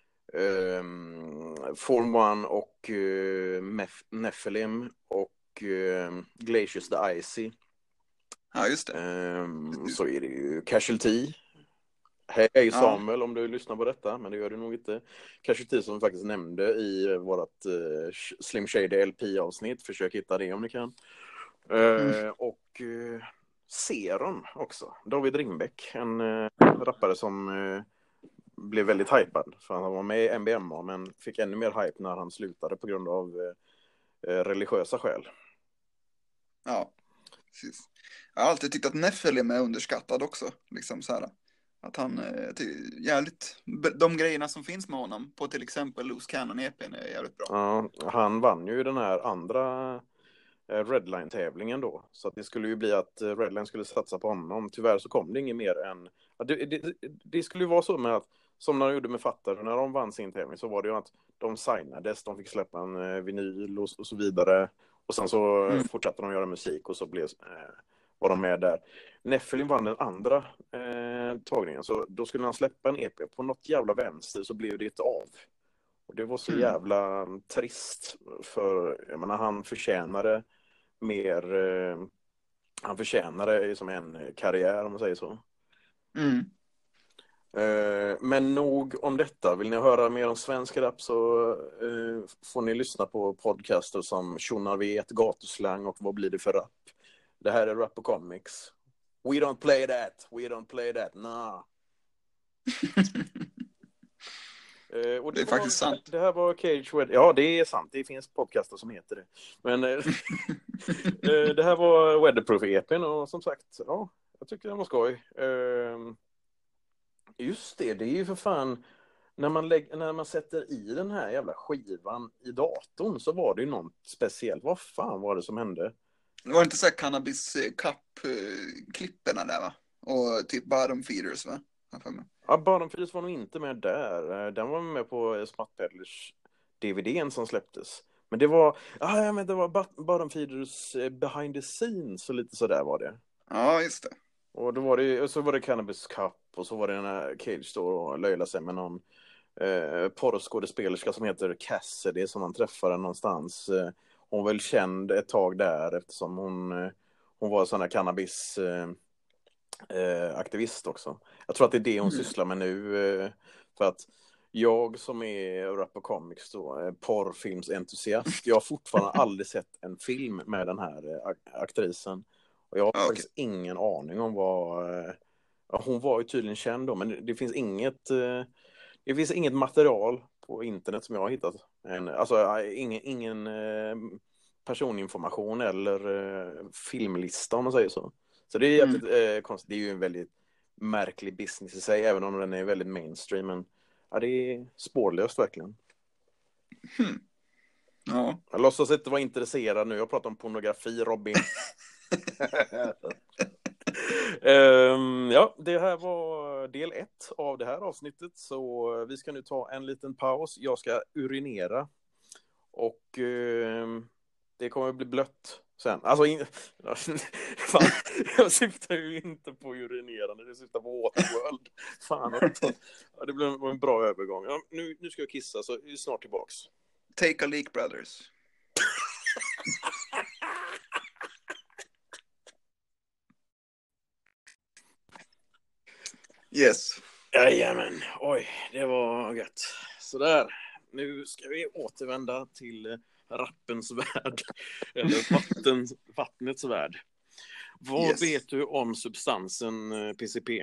Form 1 och Nephilim och Glacius the Icy. Ja, just det. Så är det ju Casualty. Hej Samuel, om du lyssnar på detta, men det gör du nog inte. Casualty som vi faktiskt nämnde i vårt Slim Shady LP-avsnitt. Försök hitta det om ni kan. Och Seron också. David Ringbeck, en rappare som blev väldigt hypad. För han var med i MBMA, men fick ännu mer hype när han slutade på grund av religiösa skäl. Ja, precis. Jag har alltid tyckt att Nephilim är underskattad också. Liksom så här. Att han jävligt... De grejerna som finns med honom på till exempel Loose Cannon EPn är jävligt bra. Ja, han vann ju den här andra Redline-tävlingen då. Så att det skulle ju bli att Redline skulle satsa på honom. Tyvärr så kom det inget mer än... Det skulle ju vara så med att, som de gjorde med Fattare, när de vann sin tävling så var det ju att de signades, de fick släppa en vinyl och så vidare. Och sen så fortsatte de göra musik och så var de med där. Nephilim vann den andra tagningen, så då skulle han släppa en EP. På något jävla vänster så blev det ett av. Och det var så jävla trist, för jag menar, han förtjänade mer, han förtjänade som en karriär, om man säger så. Men nog om detta. Vill ni höra mer om svensk rap så får ni lyssna på podcaster som Tjonar vet, Gatuslang och Vad blir det för rap? Det här är Rapocomics. We don't play that, nah. Och det är faktiskt sant. Det här var Cage Weather. Ja, det är sant. Det finns podcaster som heter det. Men det här var Weatherproof-EPn och som sagt, ja, jag tycker den var skoj. Just det är ju för fan när man sätter i den här jävla skivan i datorn så var det ju något speciellt. Vad fan var det som hände? Det var inte så här Cannabis Cup-klipperna där, va? Och typ Bottom Feeders, va? Ja, Bottom Feeders var nog inte med där. Den var med på Smart Peddlers DVD:n som släpptes. Men det var det var Bottom Feeders behind the scenes och lite så där var det. Ja, just det. Och då så var det Cannabis Cup och så var det när Cage då och löjla sig med någon porrskådespelerska som heter Cassidy som han träffade någonstans. Hon var väl känd ett tag där eftersom hon var sån här cannabis aktivist också. Jag tror att det är det hon sysslar med nu, för att jag som är Rapocomics då, porrfilmsentusiast, jag har fortfarande aldrig sett en film med den här aktrisen. Och jag har faktiskt ingen aning om vad... hon var ju tydligen känd då, men det finns inget material på internet som jag har hittat. Alltså ingen personinformation eller filmlista, om man säger så. Så det är jävligt konstigt. Det är ju en väldigt märklig business i sig, även om den är väldigt mainstream. Men ja, det är spårlöst verkligen. Ja. Jag låtsas inte vara intresserad nu. Jag pratar om pornografi, Robin. Ja, det här var del 1 av det här avsnittet. Så vi ska nu ta en liten paus. Jag ska urinera. Och det kommer att bli blött sen. Alltså, fan, jag syftar ju inte på urinerande. Jag syftar på Waterworld. Fan också. Ja, det blev en bra övergång. Ja, nu ska jag kissa, så är snart tillbaks. Take a leak, brothers. Yes. Jajamän. Oj, det var gött. Sådär. Nu ska vi återvända till rappens värld. Eller vattnets värld. Vad vet du om substansen PCP?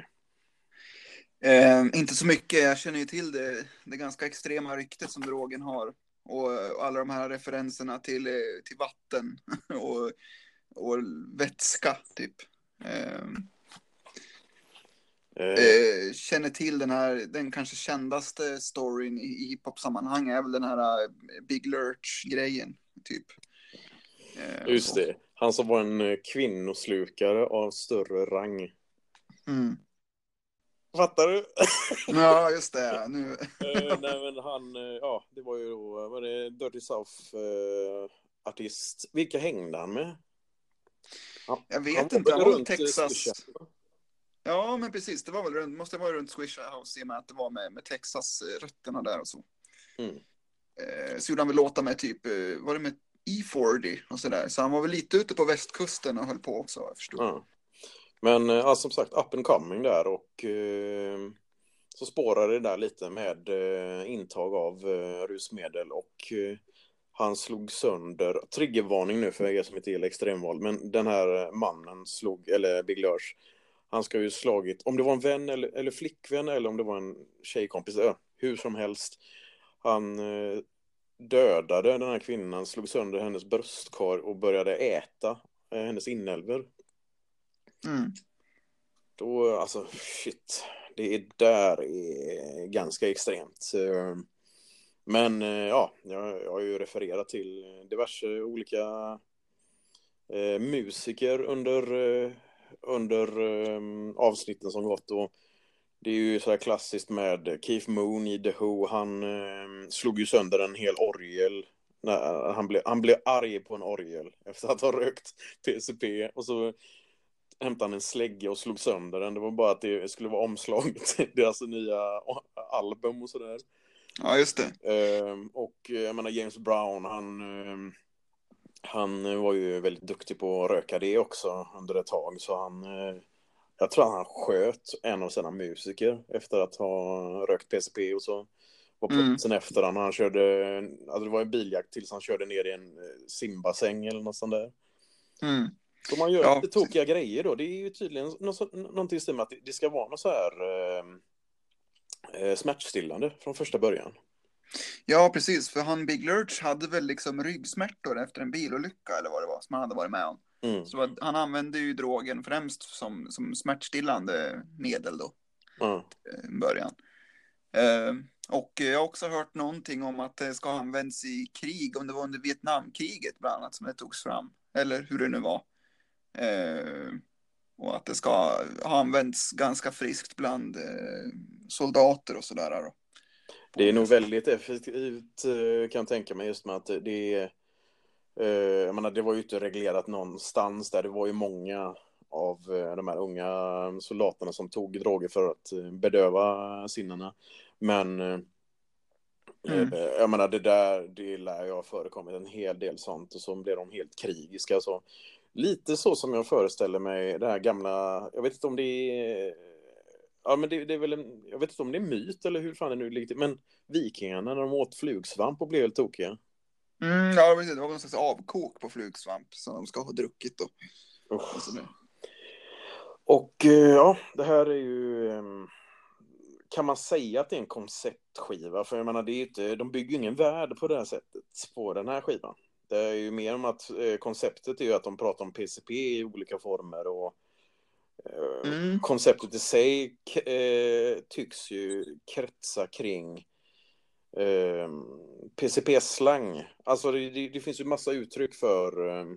Inte så mycket. Jag känner ju till det ganska extrema ryktet som drogen har. Och alla de här referenserna till vatten och vätska typ. Känner till den kanske kändaste storyn i hiphop-sammanhang är väl den här Big Lurch-grejen typ. Just det. Han som var en kvinnoslukare av större rang. Fattar du? Ja, just det. Nu. Nej, men han, ja, det var ju då, var det Dirty South-artist. Vilka hängde han med? Jag vet Han inte, han var väl runt Texas. Swisha. Ja, men precis. Det var väl måste vara runt Swisha House i och med att det var med Texas-rötterna där och så. Mm. Så gjorde han väl låta med typ, var det med E40 och sådär. Så han var väl lite ute på västkusten och höll på också, jag förstod. Ja. Men alltså, som sagt, up and coming där och så spårade det där lite med intag av rusmedel och han slog sönder, triggervarning nu för er som inte gillar extremvåld, men den här mannen slog, eller Big Lurs, han ska ju slagit, om det var en vän eller flickvän eller om det var en tjejkompis, hur som helst, han dödade den här kvinnan, slog sönder hennes bröstkorg och började äta hennes inälvor. Mm. Då, alltså, shit, det där är ganska extremt. Men ja, jag har ju refererat till diverse olika musiker under avsnitten som gått. Och det är ju så här klassiskt med Keith Moon i The Who. Han slog ju sönder en hel orgel. Han blev arg på en orgel efter att ha rökt PCP. Och så hämtade han en slägge och slog sönder den. Det var bara att det skulle vara omslaget till deras nya album och sådär. Ja, just det. Och jag menar James Brown, han var ju väldigt duktig på att röka det också under ett tag. Så jag tror att han sköt en av sina musiker efter att ha rökt PCP och så. Och polisen efter han körde, alltså det var en biljakt tills han körde ner i en simbassäng eller något sånt där. Mm. Så man gör lite tokiga grejer då. Det är ju tydligen någonting som att det ska vara något så här smärtstillande från första början. Ja, precis. För han Big Lurch hade väl liksom ryggsmärtor efter en bilolycka eller vad det var som han hade varit med om. Mm. Så han använde ju drogen främst som smärtstillande medel då. I början. Och jag har också hört någonting om att det ska ha använts i krig, om det var under Vietnamkriget bland annat som det togs fram. Eller hur det nu var. Och att det ska ha använts ganska friskt bland soldater och sådär då. Det är nog väldigt effektivt kan jag tänka mig, just med att det är jag menar, det var ju inte reglerat någonstans där. Det var ju många av de här unga soldaterna som tog droger för att bedöva sinnena. Men jag menar, det lär ju ha förekommit en hel del sånt och så blev de helt krigiska. Så lite så som jag föreställer mig det här gamla, jag vet inte om det är, ja men det är väl jag vet inte om det är myt eller hur fan det nu ligger till, men vikingarna när de åt flugsvamp och blev helt tokiga. Ja, det var någon slags avkok på flugsvamp som de ska ha druckit då. Och ja, det här är ju kan man säga att det är en konceptskiva? För jag menar, det är inte, de bygger ingen värld på det här sättet på den här skivan. Det är ju mer om att konceptet är ju att de pratar om PCP i olika former och konceptet i sig tycks ju kretsa kring PCP-slang. Alltså det finns ju massa uttryck för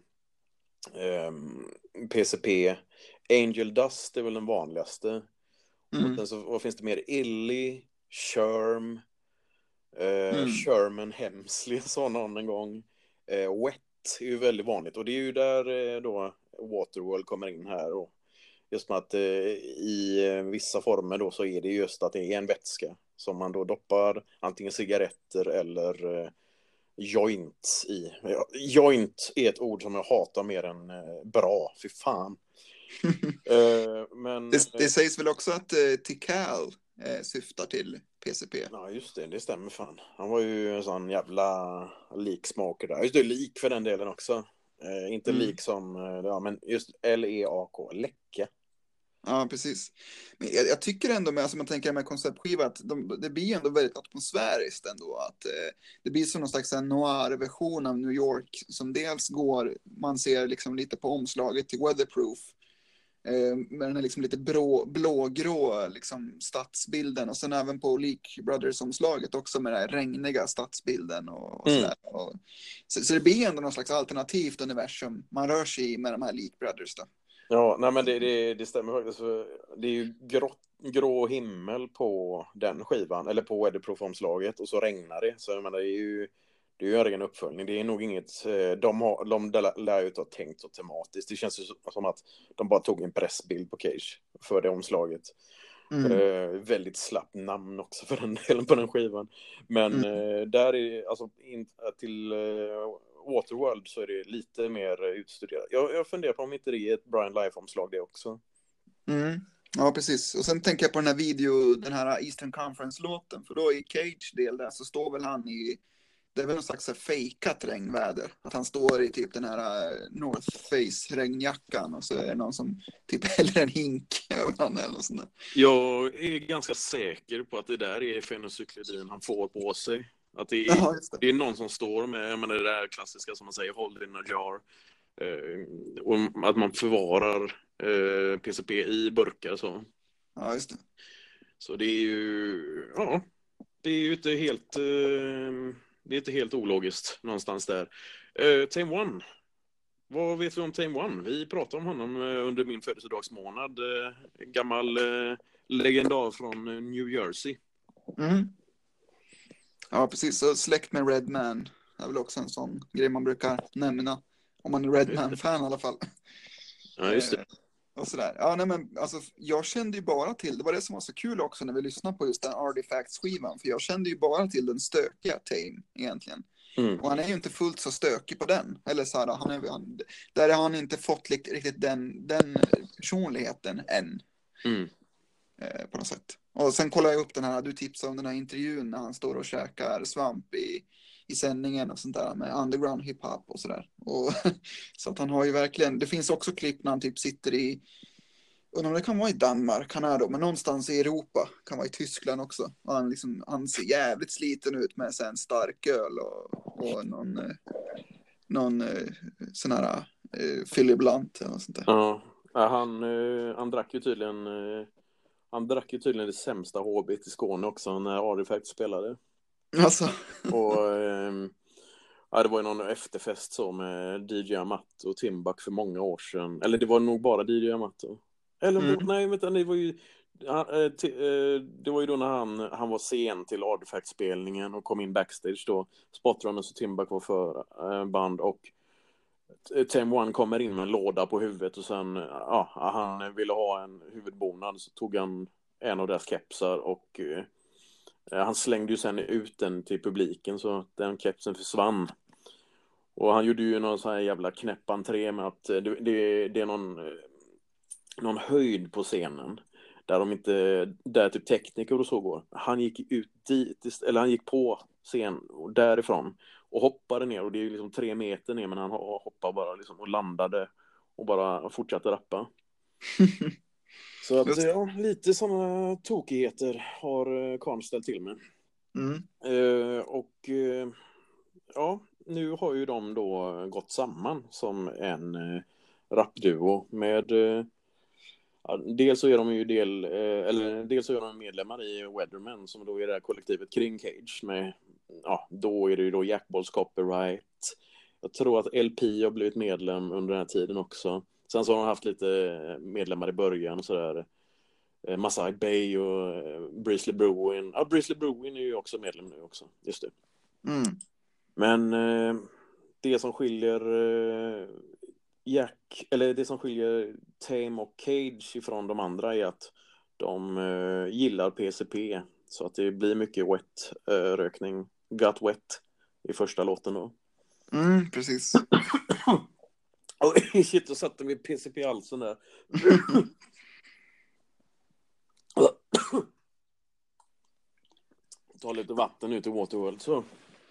PCP. Angel Dust är väl den vanligaste. Och sen så vad finns det mer? Illy, Sherm, Sherman Hemsley sa någon en gång. Wet är ju väldigt vanligt. Och det är ju där då Waterworld kommer in här. Och just med att i vissa former då så är det just att det är en vätska som man då doppar antingen cigaretter eller joint i. Joint är ett ord som jag hatar mer än bra, fy fan. Men det sägs väl också att Tikal syftar till PCP. Ja, just det stämmer fan. Han var ju en sån jävla liksmaker där. Just det, lik för den delen också. Inte lik som, ja, men just LEAK, läcka. Ja, precis. Men jag tycker ändå med, alltså man tänker med konceptskiva att det blir ändå väldigt atmosfäriskt ändå. Att det blir som någon slags noir-version av New York som dels går, man ser liksom lite på omslaget till Weatherproof. Med den här liksom lite blågrå liksom stadsbilden och sen även på Leak Brothers-omslaget också med den här regniga stadsbilden och sådär. Så det blir ändå någon slags alternativt universum man rör sig i med de här Leak Brothers då. Ja, nej men det stämmer faktiskt. För det är ju grå himmel på den skivan, eller på Weatherproof-omslaget, och så regnar det. Så jag menar, det är ju en ren uppföljning. Det är nog inget, de lär ju inte ha tänkt så tematiskt. Det känns ju som att de bara tog en pressbild på Cage för det omslaget. Väldigt slapp namn också för den delen på den skivan. Men där är alltså till Waterworld så är det lite mer utstuderat. Jag funderar på om inte det är ett Brian Life-omslag det också. Ja, precis. Och sen tänker jag på den här Eastern Conference-låten. För då i Cage del där så står väl han det är väl någon slags fejkat regnväder. Att han står i typ den här North Face regnjackan och så är det någon som typ häller en hink över honom eller något sånt där. Jag är ganska säker på att det där är fenocyklidin han får på sig. Att det är någon som står med det där klassiska som man säger, hold in a jar. Och att man förvarar PCP i burkar så. Ja, just det. Så det är ju inte helt det är inte helt ologiskt någonstans där. Tame One. Vad vet vi om Tame One? Vi pratade om honom under min födelsedagsmånad. Gammal legendar från New Jersey. Ja, precis. Så släkt med Redman är väl också en sån grej man brukar nämna. Om man är Redman-fan i alla fall. Ja, just det. Och sådär. Ja, nej, men alltså, jag kände ju bara till, det var det som var så kul också när vi lyssnade på just den Artifacts-skivan. För jag kände ju bara till den stökiga Tame egentligen. Och han är ju inte fullt så stökig på den. Eller så här, där har han inte fått riktigt den personligheten än. På något sätt. Och sen kollar jag upp den här, du tipsade om den här intervjun när han står och käkar svamp i sändningen och sånt där med underground hiphop och sådär. Så att han har ju verkligen, det finns också klipp när han typ sitter undrar om det kan vara i Danmark han är då, men någonstans i Europa, kan vara i Tyskland också. Och han ser jävligt sliten ut med en stark öl och någon sån här Philly Blunt eller något sånt där. Ja, han drack ju tydligen det sämsta HB i Skåne också när Artifact spelade. Alltså. Och det var ju någon efterfest så med DJ Amato och Timbuk för många år sedan. Eller det var nog bara DJ Amato. Eller nej, vänta, det var ju då när han var sen till Artifact-spelningen och kom in backstage då. Spotrunners och Timbuk var för band och Tame One kommer in med en låda på huvudet och sen han ville ha en huvudbonad så tog han en av deras kepsar och han slängde ju sen ut den till publiken så att den kepsen försvann. Och han gjorde ju någon sån här jävla knäpp entré med att det är någon höjd på scenen där typ tekniker och så går. Han gick ut dit, eller han gick på scen och därifrån och hoppade ner och det är ju liksom 3 meter ner men han hoppade bara liksom och landade och bara fortsatte rappa. Så att lite sådana tokigheter har Karn ställt till med. Nu har ju de då gått samman som en rapduo med dels så är de ju dels så är de medlemmar i Weatherman som då är det här kollektivet kring Cage med då är det ju då Jackballs Copyright. Jag tror att LP har blivit medlem under den här tiden också. Sen så har de haft lite medlemmar i början och sådär. Masai Bay och Brisley Bruin. Ja, Brisley Bruin är ju också medlem nu också. Just det. Men det som skiljer det som skiljer Tame och Cage ifrån de andra är att de gillar PCP. Så att det blir mycket wet rökning. Got wet i första låten då. Precis. Shit, då satte vi PCP i halsen där. Ta lite vatten ut i Waterworld så.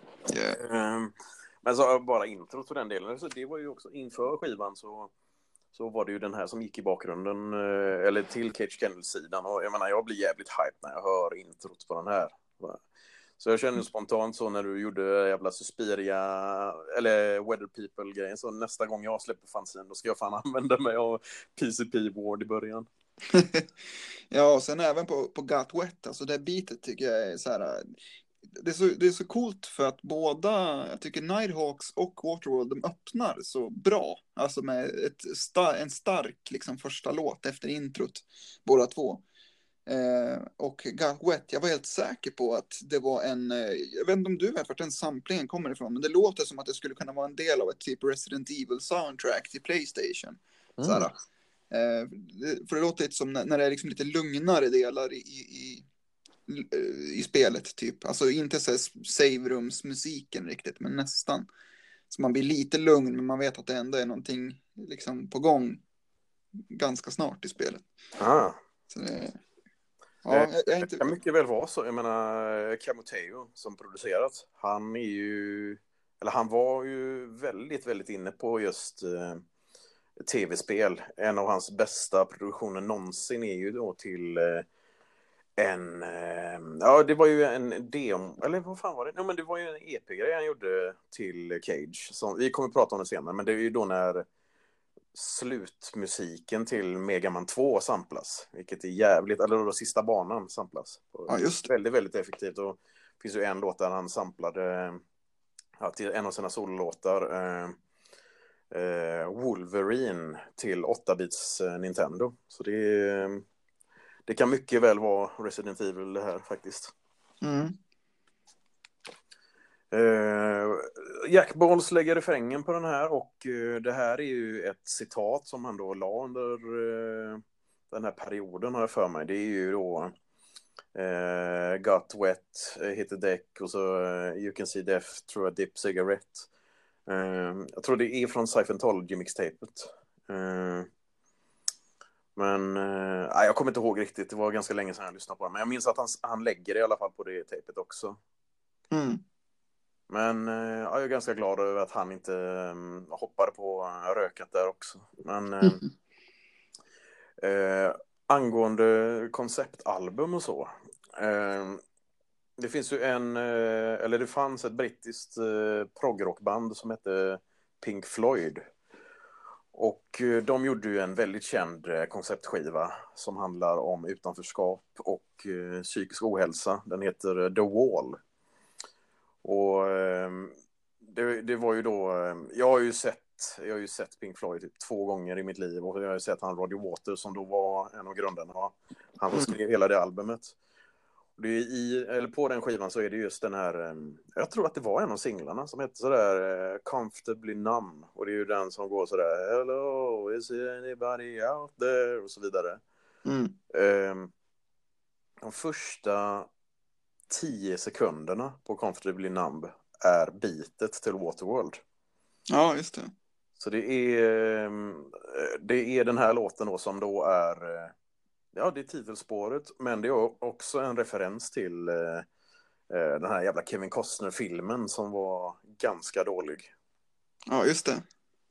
Men så bara intro för den delen. Så det var ju också inför skivan så var det ju den här som gick i bakgrunden eller till Cage Kennel-sidan och jag menar jag blir jävligt hype när jag hör introt på den här. Så jag känner spontant så när du gjorde jävla Suspiria eller Weather People-grejen så nästa gång jag släpper fanzine då ska jag fan använda mig av PCP Ward i början. Ja, och sen även på Got Wet, alltså det bitet tycker jag är så här det är så coolt för att båda, jag tycker Nighthawks och Waterworld, de öppnar så bra. Alltså med en stark liksom första låt efter introt, båda två. Och Got Wet, jag var helt säker på att det var jag vet inte om du vet vart den samplingen kommer ifrån, men det låter som att det skulle kunna vara en del av ett typ Resident Evil soundtrack till PlayStation. Såhär. För det låter lite som när det är liksom lite lugnare delar i spelet typ. Alltså inte så save-rums-musiken riktigt, men nästan. Så man blir lite lugn, men man vet att det ändå är någonting liksom på gång ganska snart i spelet. Så ja, det kan mycket väl vara så. Jag menar, Camoteo som producerat, han var ju väldigt, väldigt inne på just tv-spel. En av hans bästa produktioner någonsin är ju då till det var ju en demo, eller vad fan var det? Men det var ju en EP-grej han gjorde till Cage. Vi kommer att prata om det senare, men det är ju då när slutmusiken till Mega Man 2 samplas, vilket är jävligt, eller då sista banan samplas. Ja, just. Väldigt, väldigt effektivt. Och det finns ju en låt där han samplade till en av sina sololåtar Wolverine till 8-bits Nintendo. Så det kan mycket väl vara Resident Evil det här faktiskt. Jack Balls lägger refrängen på den här, och det här är ju ett citat som han då la under den här perioden, har jag för mig. Det är ju då Got Wet, Hit the Deck, och så You Can See Death Through a Dip Cigarette. Jag tror det är från Scientology-mixtapet. Men jag kommer inte ihåg riktigt. Det var ganska länge sedan jag lyssnade på det. Men jag minns att han lägger det i alla fall på det tapet också. Men jag är ganska glad över att han inte hoppade på rökat där också. Men angående konceptalbum och så. Det finns ju det fanns ett brittiskt progrockband som hette Pink Floyd. Och de gjorde ju en väldigt känd konceptskiva som handlar om utanförskap och psykisk ohälsa. Den heter The Wall. Och det var ju då, jag har ju sett Pink Floyd typ 2 gånger i mitt liv, och jag har ju sett han Roger Waters som då var en av grundarna. Han som skrev hela det albumet. Och det är på den skivan så är det just den här, jag tror att det var en av singlarna som heter sådär Comfortably Numb, och det är ju den som går sådär Hello, is anybody out there, och så vidare. De första 10 sekunderna på Comfortably Numb är beatet till Waterworld. Ja, just det. Så det är den här låten då som då är det är titelspåret, men det är också en referens till den här jävla Kevin Costner-filmen som var ganska dålig. Ja, just det.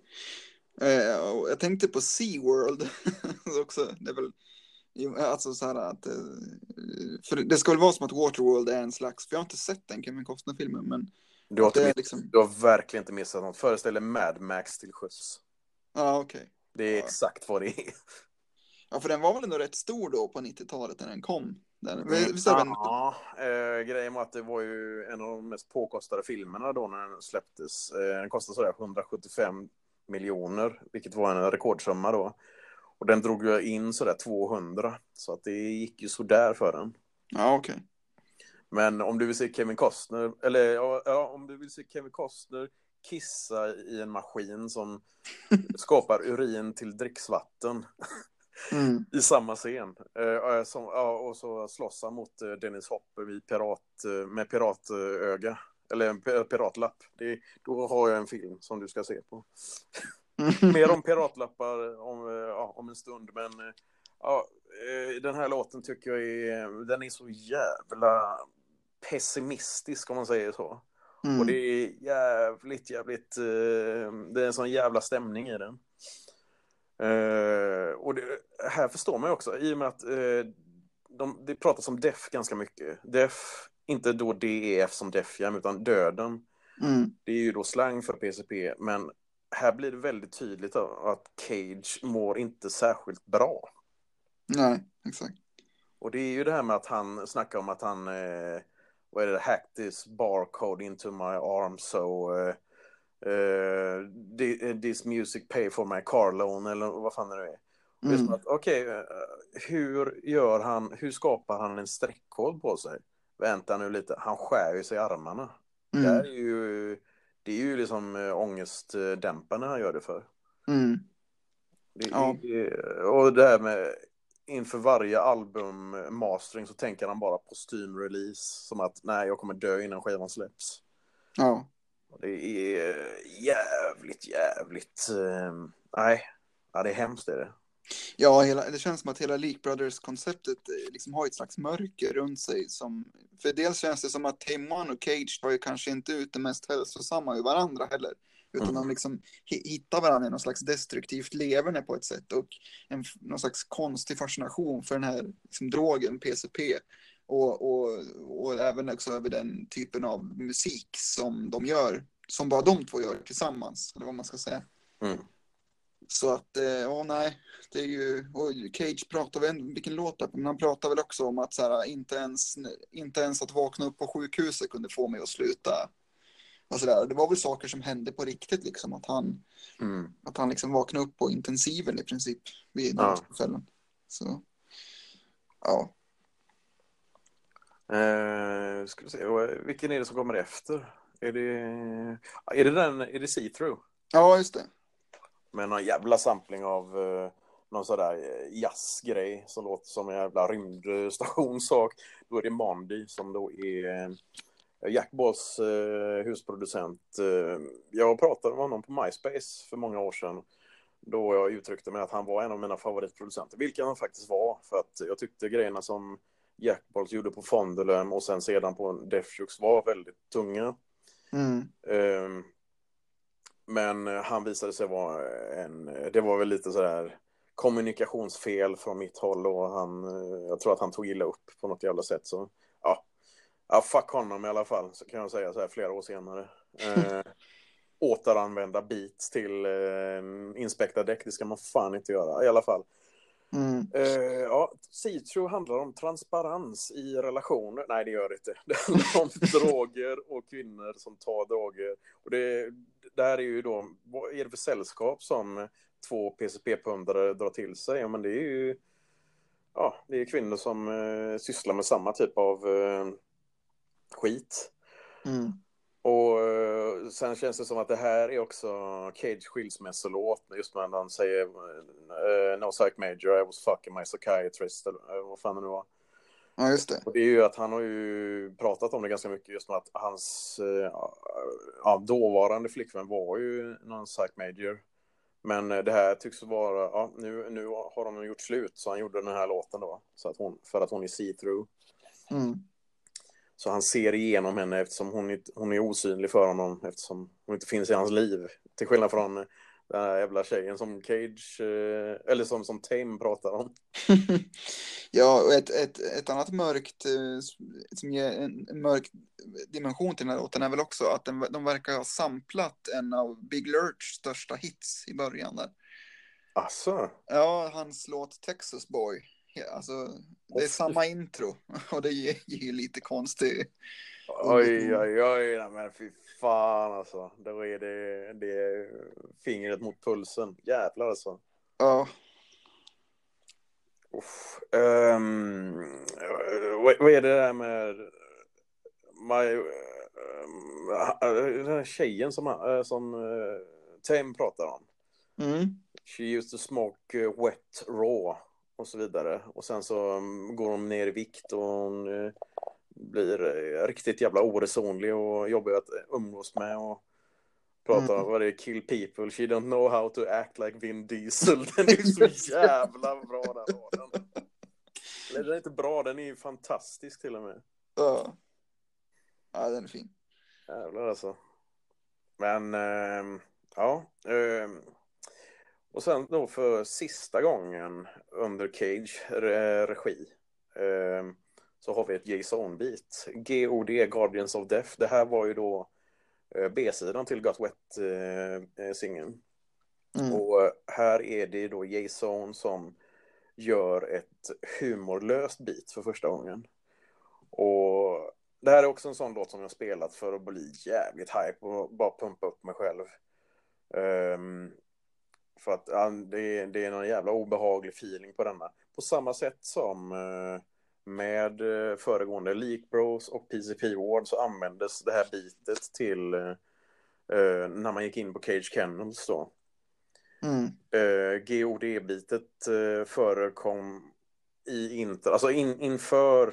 Jag tänkte på SeaWorld också. Det är väl alltså så här att för det ska väl vara som att Waterworld är en slags, för jag har inte sett den Kevin Costner-filmen, men du har verkligen inte missat något. Föreställer Mad Max till sjöss. Ja, okej. Det är exakt vad det är. Ja, för den var väl ändå rätt stor då på 90-talet när den kom. Grejen var att det var ju en av de mest påkostade filmerna då när den släpptes. Den kostade sådär 175 miljoner, vilket var en rekordsumma då. Och den drog ju in sådär 200, så att det gick ju sådär för den. Ja, okej. Men om du vill se Kevin Costner, eller om du vill se Kevin Costner kissa i en maskin som skapar urin till dricksvatten i samma scen. Och så slåss han mot Dennis Hopper med piratöga, eller en piratlapp. Då har jag en film som du ska se på. Mer om piratlappar om en stund, men den här låten tycker jag den är så jävla pessimistisk, om man säger så. Och det är jävligt det är en sån jävla stämning i den. Och här förstår man ju också, i och med att det pratas om death ganska mycket. Death, inte då DEF som Def Jam, utan döden. Det är ju då slang för PCP, men här blir det väldigt tydligt att Cage mår inte särskilt bra. Nej, exakt. Och det är ju det här med att han snackar om att han vad är det, hack this barcode into my arm so this music pay for my car loan, eller vad fan det är. Det är som att, okej, hur skapar han en streckkod på sig? Vänta nu lite, han skär ju sig i armarna. Det är ju liksom ångestdämpande han gör det för. Och det här med inför varje album mastering så tänker han bara på release, som att nej, jag kommer dö innan skivan släpps. Ja. Det är jävligt nej, ja, det är hemskt är det. Ja, det känns som att hela Leak Brothers-konceptet liksom har ett slags mörker runt sig. För dels känns det som att Tame One och Cage tar ju kanske inte ut det mest hälsosamma ur varandra heller. Utan de liksom hittar varandra i någon slags destruktivt leverne på ett sätt. Och någon slags konstig fascination för den här liksom, drogen, PCP. Och även också över den typen av musik som de gör. Som bara de två gör tillsammans, eller vad man ska säga. Så att, nej, det är ju, och Cage pratar väl, vilken låt där, men han pratar väl också om att så här, inte ens att vakna upp på sjukhuset kunde få mig att sluta. Och så där. Det var väl saker som hände på riktigt, liksom, att han liksom vaknade upp på intensiven i princip vid några tillfällen. Så, ja. Ska vi se, vilken är det som kommer efter? Är det See-Through? Ja, just det. Med någon jävla sampling av någon sådär jazzgrej som låter som en jävla rymdstationssak. Då är det Mondi som då är Jack Balls husproducent. Jag pratade med honom på MySpace för många år sedan. Då jag uttryckte mig att han var en av mina favoritproducenter. Vilken han faktiskt var. För att jag tyckte grejerna som Jack Balls gjorde på Fondulum och sedan på Def Jux var väldigt tunga. Men han visade sig vara det var väl lite sådär kommunikationsfel från mitt håll, och jag tror att han tog illa upp på något jävla sätt, så ja, fuck honom i alla fall, så kan jag säga så här flera år senare. Återanvända beats till inspekta däck, det ska man fan inte göra i alla fall. See-Through handlar om transparens i relationer. Nej, det gör det inte. Det handlar om droger och kvinnor som tar droger. Och det här är ju då, vad är det för sällskap som två PCP-pundare drar till sig? Ja, men det är ju det är kvinnor som sysslar med samma typ av skit. Och sen känns det som att det här är också Cage skilsmässolåt, just när han säger no psych major, I was fucking my psychiatrist, eller vad fan det nu var. Ja, just det. Och det är ju att han har ju pratat om det ganska mycket, just med att hans dåvarande flickvän var ju någon psych major. Men det här tycks vara, nu har de gjort slut, så han gjorde den här låten då, så att för att hon är see-through. Så han ser igenom henne eftersom hon är osynlig för honom, eftersom hon inte finns i hans liv. Till skillnad från den här jävla tjejen som Cage, eller som Tame pratar om. Ja, och ett annat mörkt, som ger en mörk dimension till den här låten är väl också att de verkar ha samplat en av Big Lurchs största hits i början där. Asså? Ja, hans låt Texas Boy. Alltså, det är samma intro, och det ger ju lite konstig. Oj, men fy fan alltså. Då är det fingret mot pulsen. Jävlar alltså. Ja. Vad är det där med den här tjejen som Tame pratar om? She used to smoke wet raw och så vidare. Och sen så går hon ner i vikt och hon blir riktigt jävla oresonlig och jobbig att umgås med och prata om vad det är, kill people. She don't know how to act like Vin Diesel. Den är så jävla bra, den låten. Eller den är inte bra, den är ju fantastisk till och med. Ja, den är fin. Jävlar alltså. Men och sen då för sista gången under Cage regi så har vi ett Jason-beat. GOD, Guardians of Death. Det här var ju då B-sidan till Got Wet-singeln. Och här är det då Jason som gör ett humorlöst beat för första gången. Och Det här är också en sån låt som jag spelat för att bli jävligt hype och bara pumpa upp mig själv. För att det är någon jävla obehaglig feeling på denna. På samma sätt som med föregående Leak Bros och PCP Ward så användes det här bitet till när man gick in på Cage Kennels då. GOD-bitet förekom i intro, alltså inför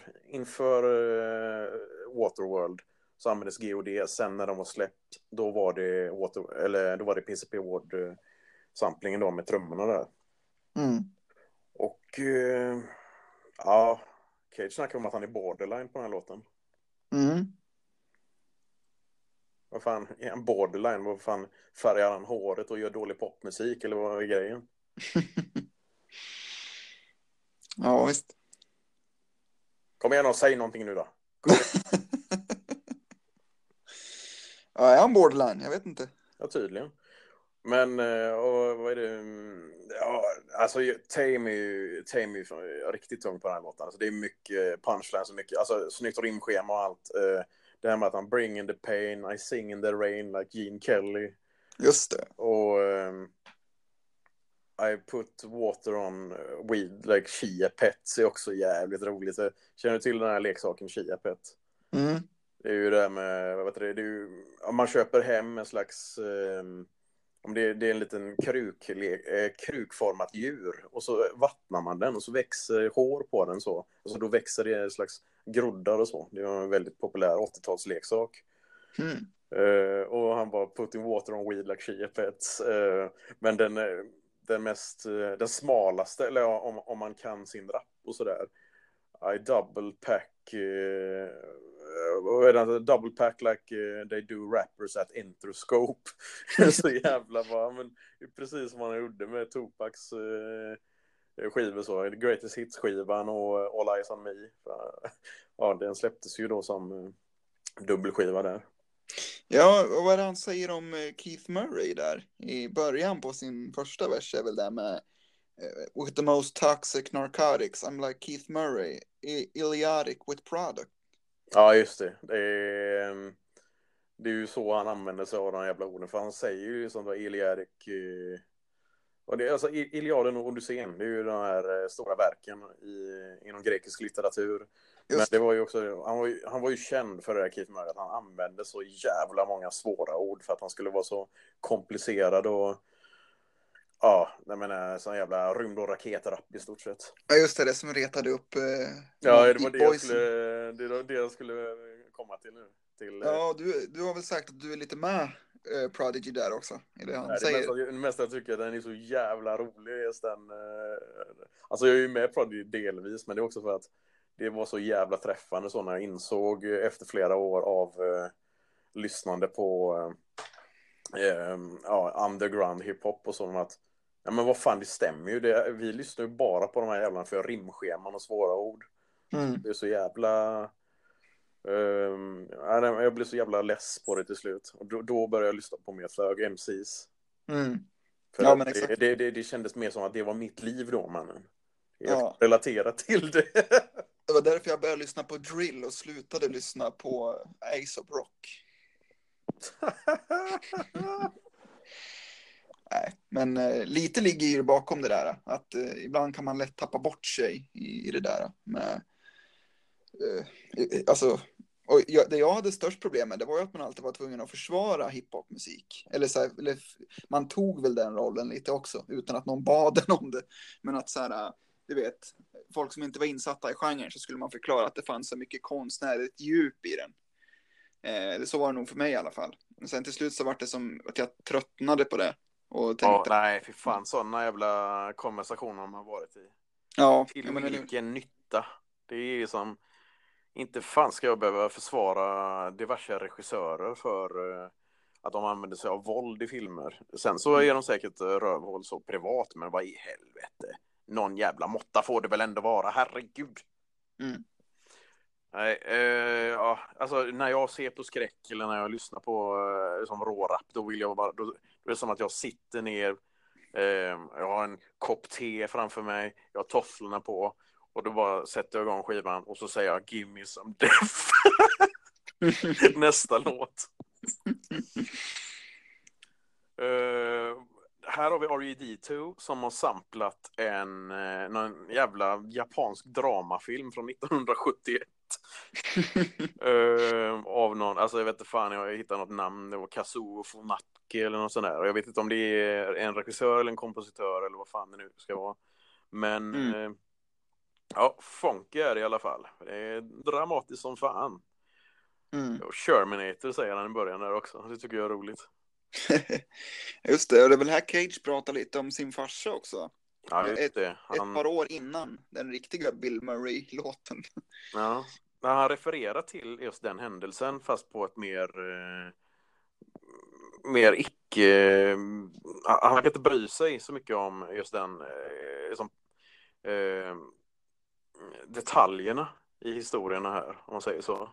Waterworld så användes GOD. Sen när de var släppt då var det PCP Ward samplingen då med trummorna där. Och ja, Cage snackar om att han är borderline på den här låten. Vad fan, är han borderline? Vad fan, färgar han håret och gör dålig popmusik eller vad är grejen? Ja, visst. Kom igen och säg någonting nu då. Ja, är han borderline? Jag vet inte. Ja, tydligen. Men, och vad är det? Ja, alltså Tame är ju riktigt tung på den här låten. Alltså, det är mycket punchlines och mycket, alltså snyggt rimschema och allt. Det här med att han bring in the pain, I sing in the rain like Gene Kelly. Just det. Och I put water on weed like Chia Pets är också jävligt roligt. Känner du till den här leksaken Chia Pet? Det är ju det här med, vad heter det är ju, om man köper hem en slags om det är en liten krukformat djur och så vattnar man den och så växer hår på den så. Och så då växer det en slags groddar och så. Det är en väldigt populär 80-talsleksak. Och han bara putting water on weed like Chia Pets. Men den smalaste, eller om man kan sin rap och sådär. I double pack double pack like they do rappers at Interscope. Så jävla bra, men precis som han gjorde med Tupacs skivor så, The Greatest Hits-skivan och All Eyes on Me. Ja, den släpptes ju då som dubbelskiva där. Ja, och vad han säger om Keith Murray där i början på sin första vers är väl det med with the most toxic narcotics, I'm like Keith Murray, idiotic with product. Ja, just det. Det är ju så han använder sig av de jävla orden. För han säger ju som då Iliadic. Och det är alltså Iliaden och Odysseen. Det är ju de här stora verken inom grekisk litteratur. Just. Men det var ju också, han var ju känd för det här Keith Murray, att han använde så jävla många svåra ord för att han skulle vara så komplicerad och ja, jag menar sån jävla rymd- och raketrapp i stort sett. Ja, just det som retade upp ja, det var det jag skulle komma till nu. Ja, du har väl sagt att du är lite med Prodigy där också, är det han säger? Det mesta jag tycker att den är så jävla rolig just den. Alltså jag är ju med Prodigy delvis, men det är också för att det var så jävla träffande så när jag insåg efter flera år av lyssnande på underground hiphop och sånt att ja, men vad fan, det stämmer ju. Vi lyssnar ju bara på de här jävlarna för rimscheman och svåra ord. Det är så jävla jag blev så jävla less på det till slut. Och då började jag lyssna på mer Thug MCs. För ja, men exakt. Det kändes mer som att det var mitt liv då, mannen. Jag relaterar till det. Det var därför jag började lyssna på drill och slutade lyssna på Ace of Rock. Nej, men lite ligger ju bakom det där. Att ibland kan man lätt tappa bort sig i det där. Med, alltså, och det jag hade störst problem med, det var ju att man alltid var tvungen att försvara hiphopmusik. Eller man tog väl den rollen lite också, utan att någon bad en om det. Men att så här, du vet, folk som inte var insatta i genren, så skulle man förklara att det fanns så mycket konstnärligt djup i den. Så var det nog för mig i alla fall. Men sen till slut så var det som att jag tröttnade på det. Och tänkte... nej, för fan, sådana jävla konversationer man varit i. Ja. Till vilken nytta. Det är ju som... Inte fan ska jag behöva försvara diverse regissörer för att de använder sig av våld i filmer. Sen så är de säkert rövhåll så privat, men vad i helvete. Någon jävla måtta får det väl ändå vara, herregud. Nej, ja, alltså när jag ser på skräck eller när jag lyssnar på som rårap, då vill jag bara, då är det som att jag sitter ner, jag har en kopp te framför mig, jag har tofflorna på och då bara sätter jag igång skivan och så säger jag give me some death. nästa låt. Här har vi R.E.D2 som har samplat någon jävla japansk dramafilm från 1971. Av någon, alltså jag vet inte fan, jag hittade något namn, det var Kazuo Funaki eller något sånt där. Och jag vet inte om det är en regissör eller en kompositör eller vad fan det nu ska vara. Men ja, funky är det i alla fall. Det är dramatiskt som fan. Och Shermanator säger han i början där också. Det tycker jag är roligt. Just det, och det är väl här Cage pratar lite om sin farsa också. Ja, just det. Ett par år innan den riktiga Bill Murray-låten. Ja, han refererar till just den händelsen fast på ett mer icke... Han kan inte bry sig så mycket om just den detaljerna i historierna här, om man säger så.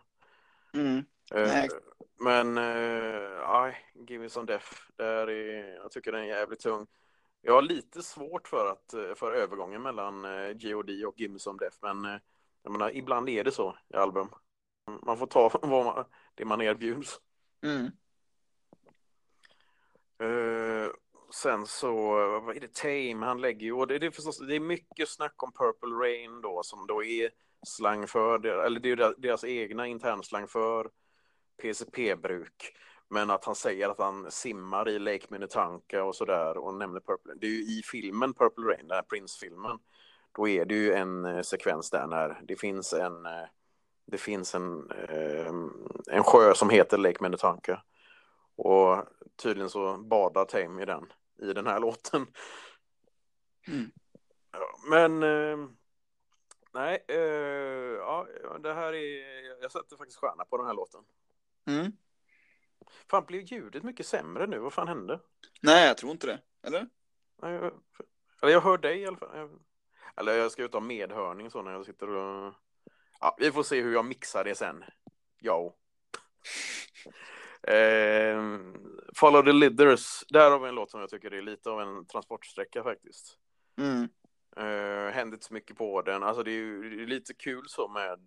Men Give Me Some Death, jag tycker den är jävligt tung. Jag har lite svårt för övergången mellan G.O.D. och Give Me Some Death, men jag menar, ibland är det så i album. Man får ta det man erbjuds. Sen så, vad är det, Tame, han lägger ju, och det är mycket snack om Purple Rain då, som då är slang för, eller det är deras egna internslang för PCP-bruk. Men att han säger att han simmar i Lake Minnetonka och sådär och nämner Purple Rain. Det är ju i filmen Purple Rain, den här Prince-filmen. Då är det ju en sekvens där när det finns en sjö som heter Lake Minnetonka. Och tydligen så badar Tame i den här låten. Men nej, ja, det här jag sätter faktiskt stjärna på den här låten. Fan, blev ljudet mycket sämre nu? Vad fan hände? Nej, jag tror inte det. Eller? Eller jag hör dig i alla fall. Eller jag ska ut ha medhörning så när jag sitter och... Ja, vi får se hur jag mixar det sen. Ja. Follow the Leaders. Där har vi en låt som jag tycker är lite av en transportsträcka faktiskt. Händer inte så mycket på den. Alltså det är ju lite kul så med...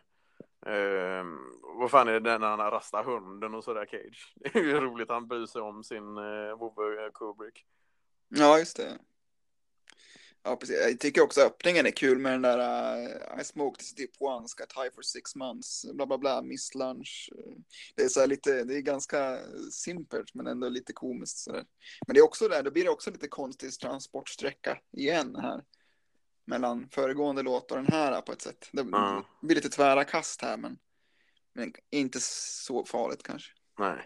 vad fan är det när han rastar hunden och sådär, Cage? Det är ju roligt, han bryr sig om sin Wove Kubrick. Ja, just det. Ja, precis. Jag tycker också öppningen är kul med den där I smoked this dip once, got high for 6 months, bla bla bla, miss lunch. Det är så här lite, det är ganska simpelt men ändå lite komiskt sådär. Men det är också där, då blir det också lite konstig transportsträcka igen här. Mellan föregående låt och den här på ett sätt. Det blir lite tvära kast här, men inte så farligt kanske. Nej.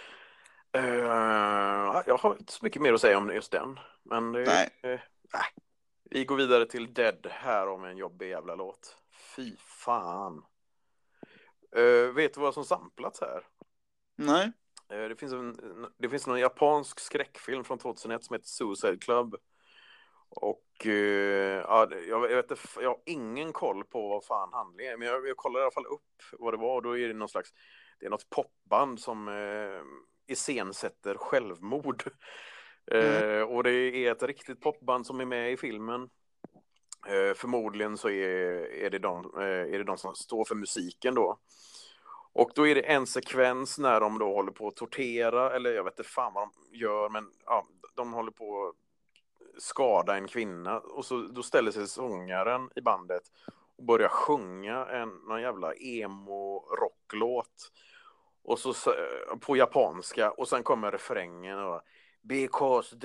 Jag har inte så mycket mer att säga om just den. Men vi går vidare till Dead här om en jobbig jävla låt. Fy fan. Vet du vad som samplats här? Nej. Det finns någon japansk skräckfilm från 2001 som heter Suicide Club. Och jag vet inte, jag har ingen koll på vad fan handlingen är, men jag kollar i alla fall upp vad det var, och då är det det är något popband som iscensätter självmord. Och det är ett riktigt popband som är med i filmen. Förmodligen så är det de som står för musiken då. Och då är det en sekvens när de då håller på att tortera, eller jag vet inte fan vad de gör, men de håller på att skada en kvinna, och då ställer sig sångaren i bandet och börjar sjunga någon jävla emo-rocklåt, och så på japanska, och sen kommer refrängen och because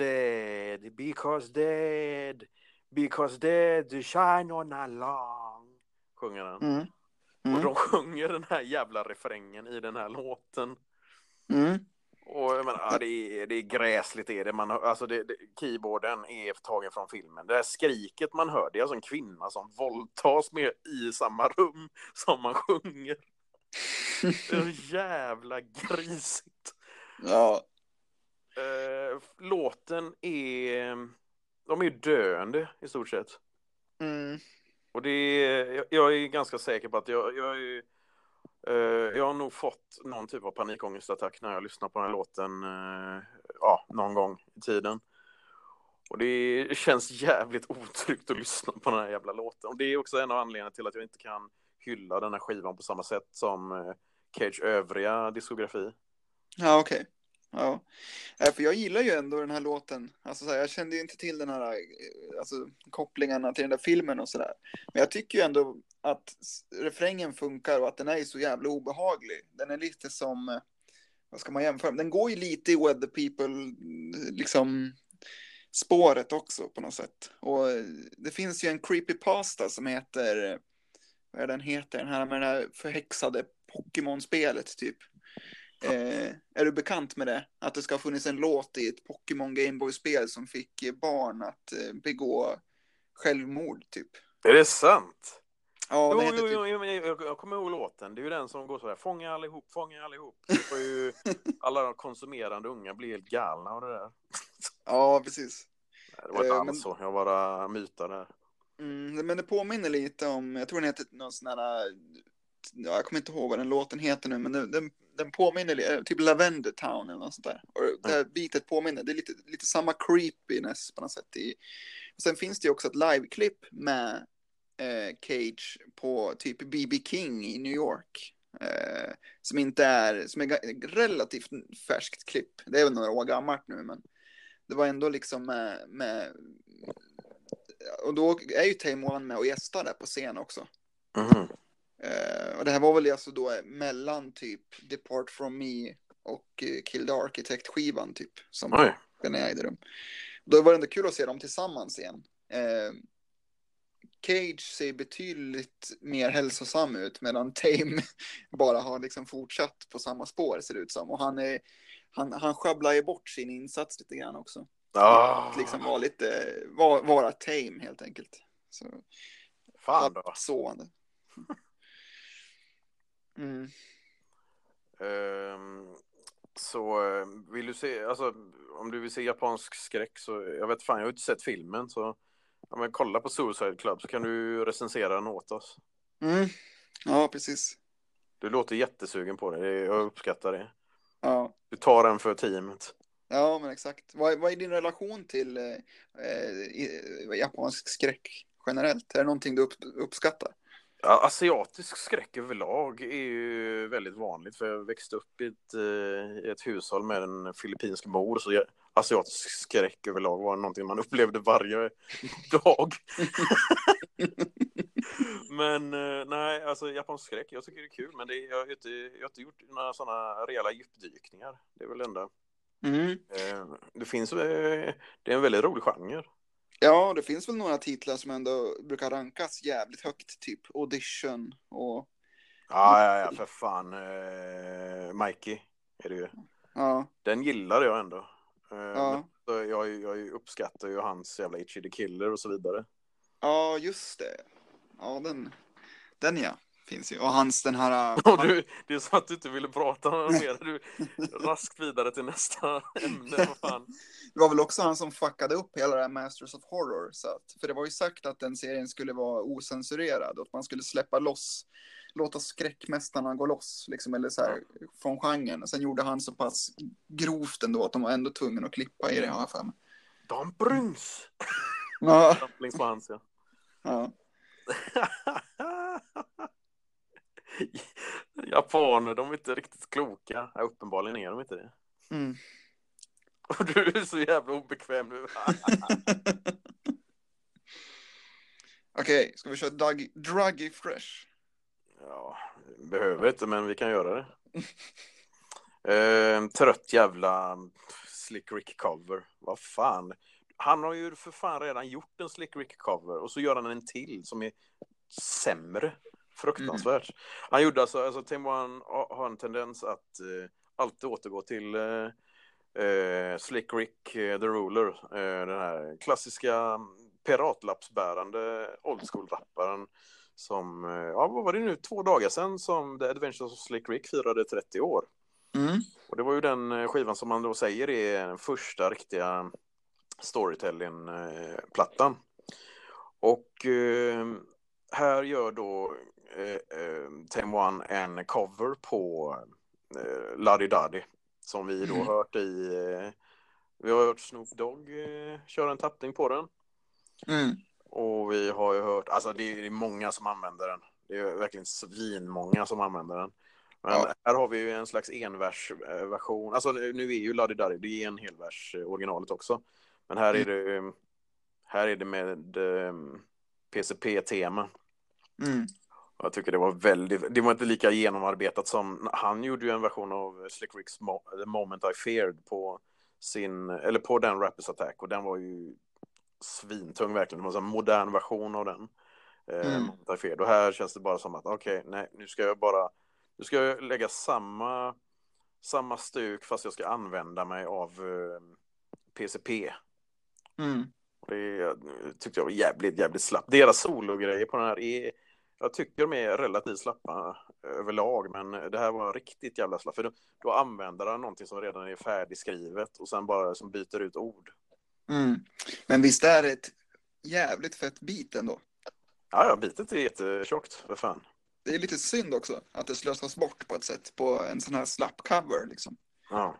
dead you shine on along, sjunger den. Och de sjunger den här jävla refrängen i den här låten. Och jag menar, det är gräsligt är det. Keyboarden är tagen från filmen. Det här skriket man hör, det är alltså en kvinna som våldtas med i samma rum som man sjunger. Det är så jävla grisigt. Ja. Låten de är ju döende i stort sett. Och jag är ganska säker på att jag har nog fått någon typ av panikångestattack när jag lyssnar på den här låten någon gång i tiden. Och det känns jävligt otryggt att lyssna på den här jävla låten. Och det är också en av anledningarna till att jag inte kan hylla den här skivan på samma sätt som Cage övriga diskografi. Ja, okej. Ja. För jag gillar ju ändå den här låten. Alltså, så här, jag kände ju inte till den här, alltså, kopplingarna till den där filmen och sådär. Men jag tycker ju ändå att refrängen funkar och att den är så jävla obehaglig. Den är lite som, vad ska man jämföra? Den går ju lite i Weather People, liksom, spåret också på något sätt. Och det finns ju en creepypasta som heter, vad är den heter? Den här med det här förhäxade Pokémon-spelet typ. Är du bekant med det? Att det ska ha funnits en låt i ett Pokémon Gameboy-spel som fick barn att begå självmord typ. Är det sant? Ja, det Jo, heter jo, typ... jo, jag kommer ihåg låten. Det är ju den som går så här, fånga allihop, fånga allihop. Det får ju alla de konsumerande unga bli helt galna av det där. Ja, precis. Nej, det var inte Men... alls så, jag bara mytar där. Men det påminner lite om, jag tror den heter någon sån här, jag kommer inte ihåg vad den låten heter nu, men den påminner typ Lavender Town eller något sånt där. Och det här bitet påminner, det är lite samma creepiness på något sätt. Och sen finns det ju också ett liveklipp med Cage på typ B.B. King i New York. Som är relativt färskt klipp. Det är väl några år gammalt nu, men det var ändå liksom med och då är ju Tame One med och gästar där på scen också. Och det här var väl alltså då mellan typ Depart From Me och Kill the Architect-skivan typ, som den ägde rum. Då var det ändå kul att se dem tillsammans igen. Cage ser betydligt mer hälsosam ut, medan Tame bara har liksom fortsatt på samma spår, ser det ut som. Och han sjabblar ju bort sin insats lite grann också. Att liksom vara Tame helt enkelt. Så, fan då. Sående. Så vill du se, alltså om du vill se japansk skräck, så jag vet fan, jag har inte sett filmen, så ja, men kolla på Suicide Club så kan du recensera den åt oss. Ja, precis. Du låter jättesugen på det, jag uppskattar det. Ja. Du tar den för teamet. Ja, men exakt. Vad är din relation till japansk skräck generellt? Är det någonting du uppskattar? Ja, asiatisk skräck överlag är ju väldigt vanligt, för jag växte upp i ett hushåll med en filippinsk mor, så asiatisk skräck överlag var någonting man upplevde varje dag. Men nej, alltså japansk skräck, jag tycker det är kul, men jag har inte gjort några sådana rejäla djupdykningar. Det är väl ändå. Det är en väldigt rolig genre. Ja, det finns väl några titlar som ändå brukar rankas jävligt högt, typ Audition och... Ja, för fan. Mikey är det ju. Ja. Den gillar jag ändå. Ja. Jag uppskattar ju hans jävla Itchy the Killer och så vidare. Ja, just det. Ja, den ja, finns ju. Och hans den här... Det är så att du inte ville prata mer. Du raskt vidare till nästa ämne. Vad fan. Det var väl också han som fuckade upp hela det här Masters of Horror. För det var ju sagt att den serien skulle vara osensurerad. Och att man skulle släppa loss, låta skräckmästarna gå loss. Liksom, eller så här, från genren. Och sen gjorde han så pass grovt ändå att de var ändå tvungna att klippa i det, har jag för mig. De Bruns! Ja. På hans, ja. Ja. Japaner, de är inte riktigt kloka. Ja, uppenbarligen är de inte det. Och du är så jävla obekväm nu. Okej, ska vi köra Druggy Fresh? Ja, behöver inte, men vi kan göra det. Trött jävla Slick Rick cover. Vad fan. Han har ju för fan redan gjort en Slick Rick cover, och så gör han en till som är sämre. Fruktansvärt. Han gjorde alltså Tame One har en tendens att alltid återgå till Slick Rick the Ruler, den här klassiska piratlappsbärande old school rapparen som, vad var det nu, 2 dagar sedan som The Adventures of Slick Rick firade 30 år. Och det var ju den skivan som man då säger är den första riktiga storytelling-plattan. Och här gör då Tame One en cover på Laddy Daddy, som vi då hört i vi har hört Snoop Dogg köra en tappning på den. Och vi har ju hört, alltså det är många som använder den. Det är verkligen svinmånga som använder den. Men här har vi ju en slags enversversion. Alltså nu är ju Ladi Dari, det är en helvers originalet också. Men här är det med PCP-tema. Jag tycker det var det var inte lika genomarbetat som han gjorde ju en version av Slick Ricks The Moment I Feared på på den Rappers Attack, och den var ju svintung verkligen. Det var en modern version av den Moment I Feared. Och här känns det bara som att nej, nu ska jag lägga samma stuk, fast jag ska använda mig av PCP. Och det tyckte jag var jävligt slapp. Deras sologrejer på den här jag tycker de är relativt slappa överlag, men det här var riktigt jävla slapp. För då använder han någonting som redan är färdigskrivet och sen bara som byter ut ord. Men visst är det ett jävligt fett beat ändå? Ja, bitet är jättetjockt, för fan. Det är lite synd också att det slösas bort på ett sätt på en sån här slapp cover liksom. Ja.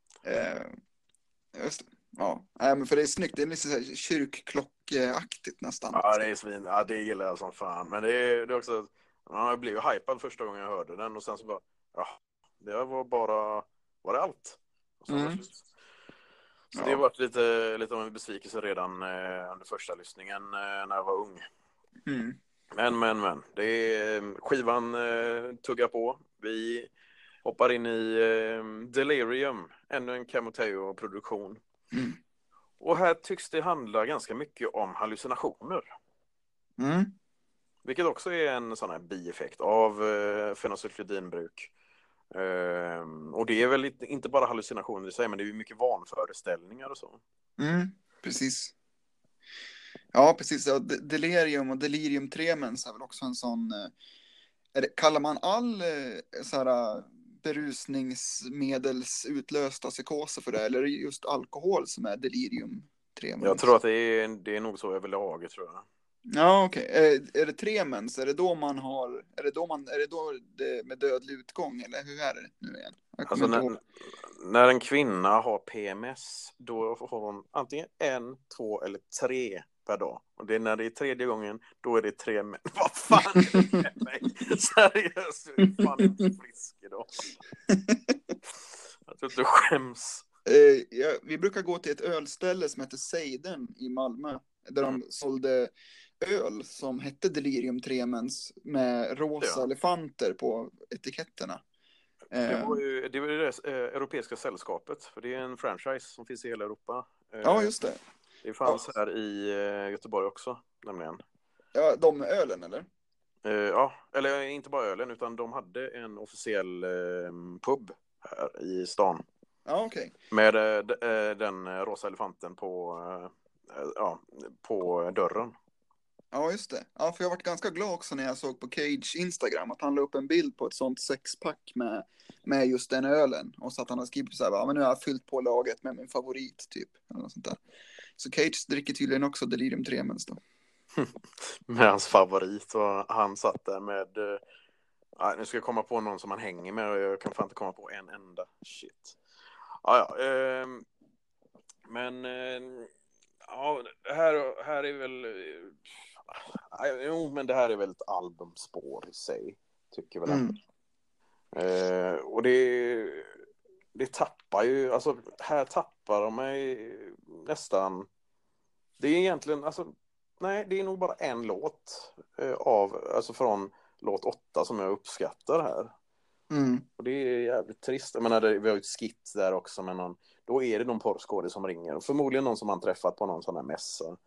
Just det. Ja, men för det är snyggt. Det är lite så här kyrkklockaktigt nästan. Ja, det är svin. Ja, det gillar jag som fan. Men det är också... Jag blev ju hypad första gången jag hörde den. Och sen så bara... det var det allt. Och sen var det slut. Så det har varit lite av en besvikelse redan under första lyssningen när jag var ung. Men. Skivan tuggar på. Vi hoppar in i Delirium. Ännu en Camoteo-produktion. Och här tycks det handla ganska mycket om hallucinationer. Vilket också är en sån här bieffekt av fenazylidinbruk. Och det är väl inte bara hallucinationer i sig, men det är ju mycket vanföreställningar och så. Precis. Ja, precis. Ja, delirium och delirium tremens är väl också en sån... kallar man all så här berusningsmedelsutlösta psykoser för det? Eller är det just alkohol som är delirium tremens? Jag tror att det är nog så överlag, tror jag. Ja, okej. Är det tremens? Är det då man har... Är det då det med dödlig utgång? Eller hur är det nu igen? Alltså när en kvinna har PMS, då får hon antingen 1, 2 eller 3 per dag. Och det är när det är tredje gången, då är det 3 män. Vad fan är det med mig? Seriöst, du är fan inte frisk idag. Jag tror inte du skäms. Vi brukar gå till ett ölställe som heter Seiden i Malmö. Där de sålde öl som hette Delirium Tremens med rosa elefanter på etiketterna. Det var ju det Europeiska sällskapet, för det är en franchise som finns i hela Europa. Ja, just det. Det fanns här i Göteborg också, nämligen. Ja, de ölen, eller? Ja, eller inte bara ölen, utan de hade en officiell pub här i stan. Ja, okej. Med den rosa elefanten på dörren. Ja, just det. Ja, för jag varit ganska glad också när jag såg på Cage Instagram att han la upp en bild på ett sånt sexpack med just den ölen. Och så att han har skrivit så här, men nu har jag fyllt på laget med min favorit, typ. Eller något sånt där. Så Cage dricker tydligen också Delirium Tremens då. Med hans favorit, och han satt där med... nu ska jag komma på någon som han hänger med, och jag kan fan inte komma på en enda. Shit. Men... här är väl... men det här är väl ett albumspår i sig, tycker väl ändå. Och det tappar ju, alltså här tappar de mig nästan. Det är egentligen, alltså nej, det är nog bara en låt från låt 8 som jag uppskattar här. Och det är jävligt trist. Jag menar, vi har ju ett skit där också med då är det någon porrskådis som ringer, förmodligen någon som man träffat på någon sån här mässa.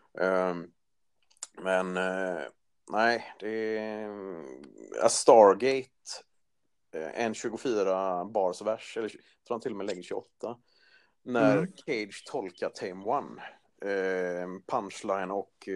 Men nej, det är Stargate, en 24 bars vers, eller tror han till och med lägger 28, när Cage tolkar Tame One, punchline och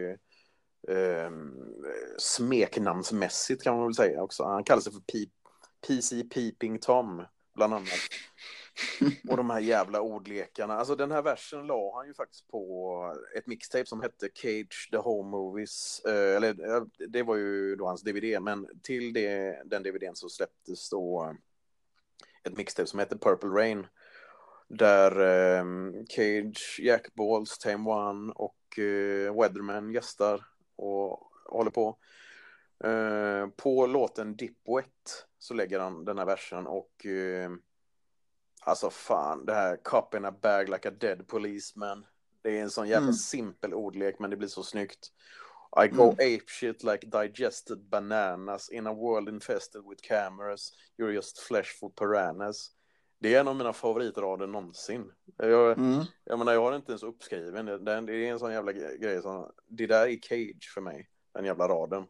smeknamnsmässigt kan man väl säga också. Han kallar sig för PC Peeping Tom bland annat. Och de här jävla ordlekarna. Alltså den här versen la han ju faktiskt på ett mixtape som hette Cage The Home Movies. Det var ju då hans DVD. Men till den DVDn så släpptes då ett mixtape som hette Purple Rain. Där Cage, Jack Balls, Tame One och Weatherman gästar och håller på. På låten Dip Wet så lägger han den här versen och alltså fan, det här Cop in a bag like a dead policeman. Det är en sån jävla simpel ordlek, men det blir så snyggt. I go ape shit like digested bananas in a world infested with cameras. You're just flesh for piranhas. Det är en av mina favoritrader någonsin. Jag menar, jag har inte ens uppskriven. Det är en sån jävla grej som, det där är Cage för mig, den jävla raden.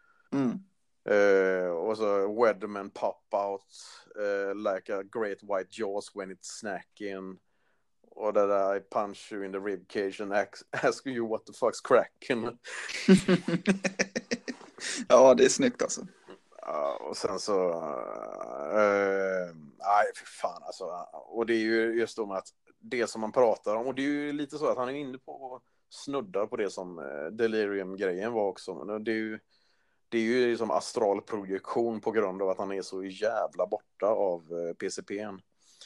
Och så Weatherman pop out like a great white jaws when it's snacking. Och det där I punch you in the rib cage and ask you what the fuck's cracking. Ja, det är snyggt alltså. Och sen så nej för fan alltså. Och det är ju just då med att det som man pratar om, och det är ju lite så att han är inne på och snuddar på det som Delirium-grejen var också. Men det är ju liksom astral projektion på grund av att han är så jävla borta av PCP:n.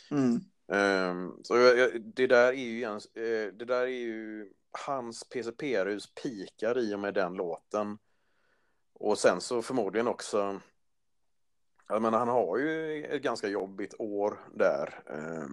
Så det där är ju hans PCP-rus pikar i och med den låten. Och sen så förmodligen också, jag menar, han har ju ett ganska jobbigt år där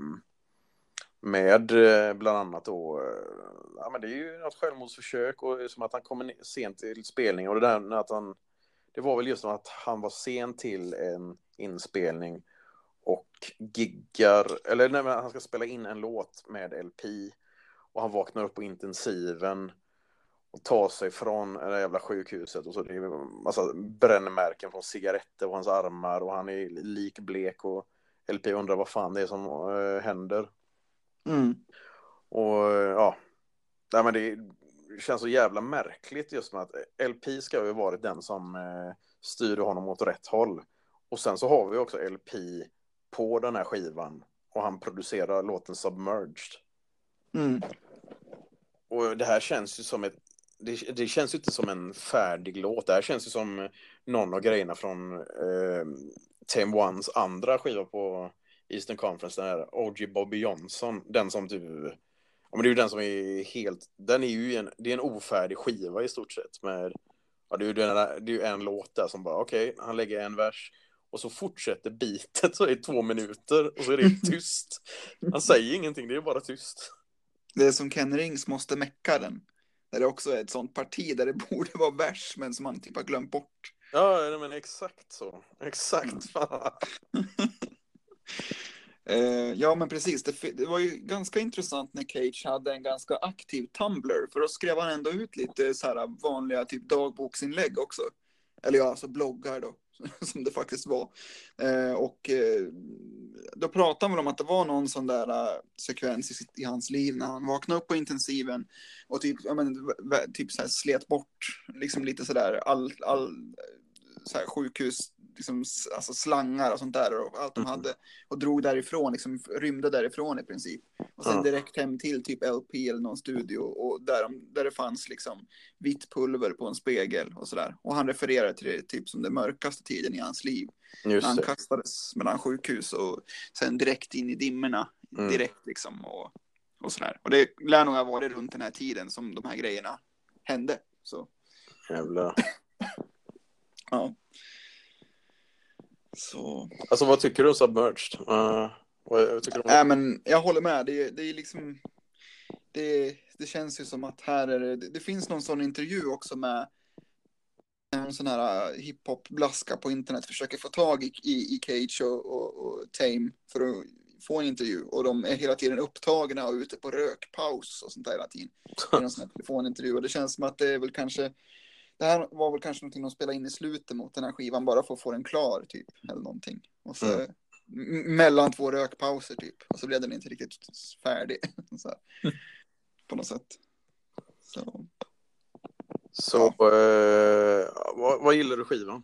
med bland annat då, ja men det är ju något självmordsförsök och som att han kommer sent till spelning, och det där att det var väl just att han var sen till en inspelning och giggar, eller nej, han ska spela in en låt med LP och han vaknar upp på intensiven och tar sig från det jävla sjukhuset, och så det är en massa brännmärken från cigaretter på hans armar och han är likblek och LP undrar vad fan det är som händer. Och ja, nej, men det känns så jävla märkligt just med att LP ska ju varit den som styrde honom åt rätt håll, och sen så har vi också LP på den här skivan och han producerar låten Submerged. Och det här känns ju som det känns ju inte som en färdig låt. Det här känns ju som någon av grejerna från Tame Ones andra skiva på Eastern Conference, den här OG Bobby Johnson, den som du, ja men det är ju den som är helt, den är ju det är en ofärdig skiva i stort sett med, ja det är ju en låt där som bara okej, han lägger en vers och så fortsätter beatet så är det 2 minuter och så är det tyst. Han säger ingenting, det är bara tyst. Det är som Ken Rings Måste mecka den. Där det också är ett sånt parti där det borde vara vers, men som man typ har glömt bort. Ja, men exakt så. Exakt. Ja, men precis. Det var ju ganska intressant när Cage hade en ganska aktiv Tumblr. För då skrev han ändå ut lite så här vanliga typ dagboksinlägg också. Eller ja, alltså bloggar då. Som det faktiskt var. Och då pratade han väl om att det var någon sån där sekvens i hans liv när han vaknade upp på intensiven och typ, typ så här slet bort liksom lite sådär all så här sjukhus liksom, alltså slangar och sånt där och allt de hade, och drog därifrån, liksom rymde därifrån i princip, och sen direkt hem till typ LP eller någon studio, och där det fanns liksom vitt pulver på en spegel och sådär, och han refererade till det typ som den mörkaste tiden i hans liv. Just när han kastades mellan sjukhus och sen direkt in i dimmorna direkt liksom, och sådär, och det lär nog ha varit runt den här tiden som de här grejerna hände, så jävlar. Ja. Så. Alltså vad tycker du om Submerged? Vad tycker du om men jag håller med. Det är liksom det känns ju som att här är det finns någon sån intervju också med en sån här hiphop-blaska på internet, försöker få tag i Cage och Tame för att få en intervju, och de är hela tiden upptagna och ute på rökpaus och sånt där hela tiden. Det är någon sån här telefonintervju, och det känns som att det är väl kanske, det här var väl kanske någonting de spelade in i slutet mot den här skivan, bara för att få den klar typ, eller någonting. Och så mellan 2 rökpauser typ, och så blev den inte riktigt färdig så här, på något sätt. Så vad gillar du skivan?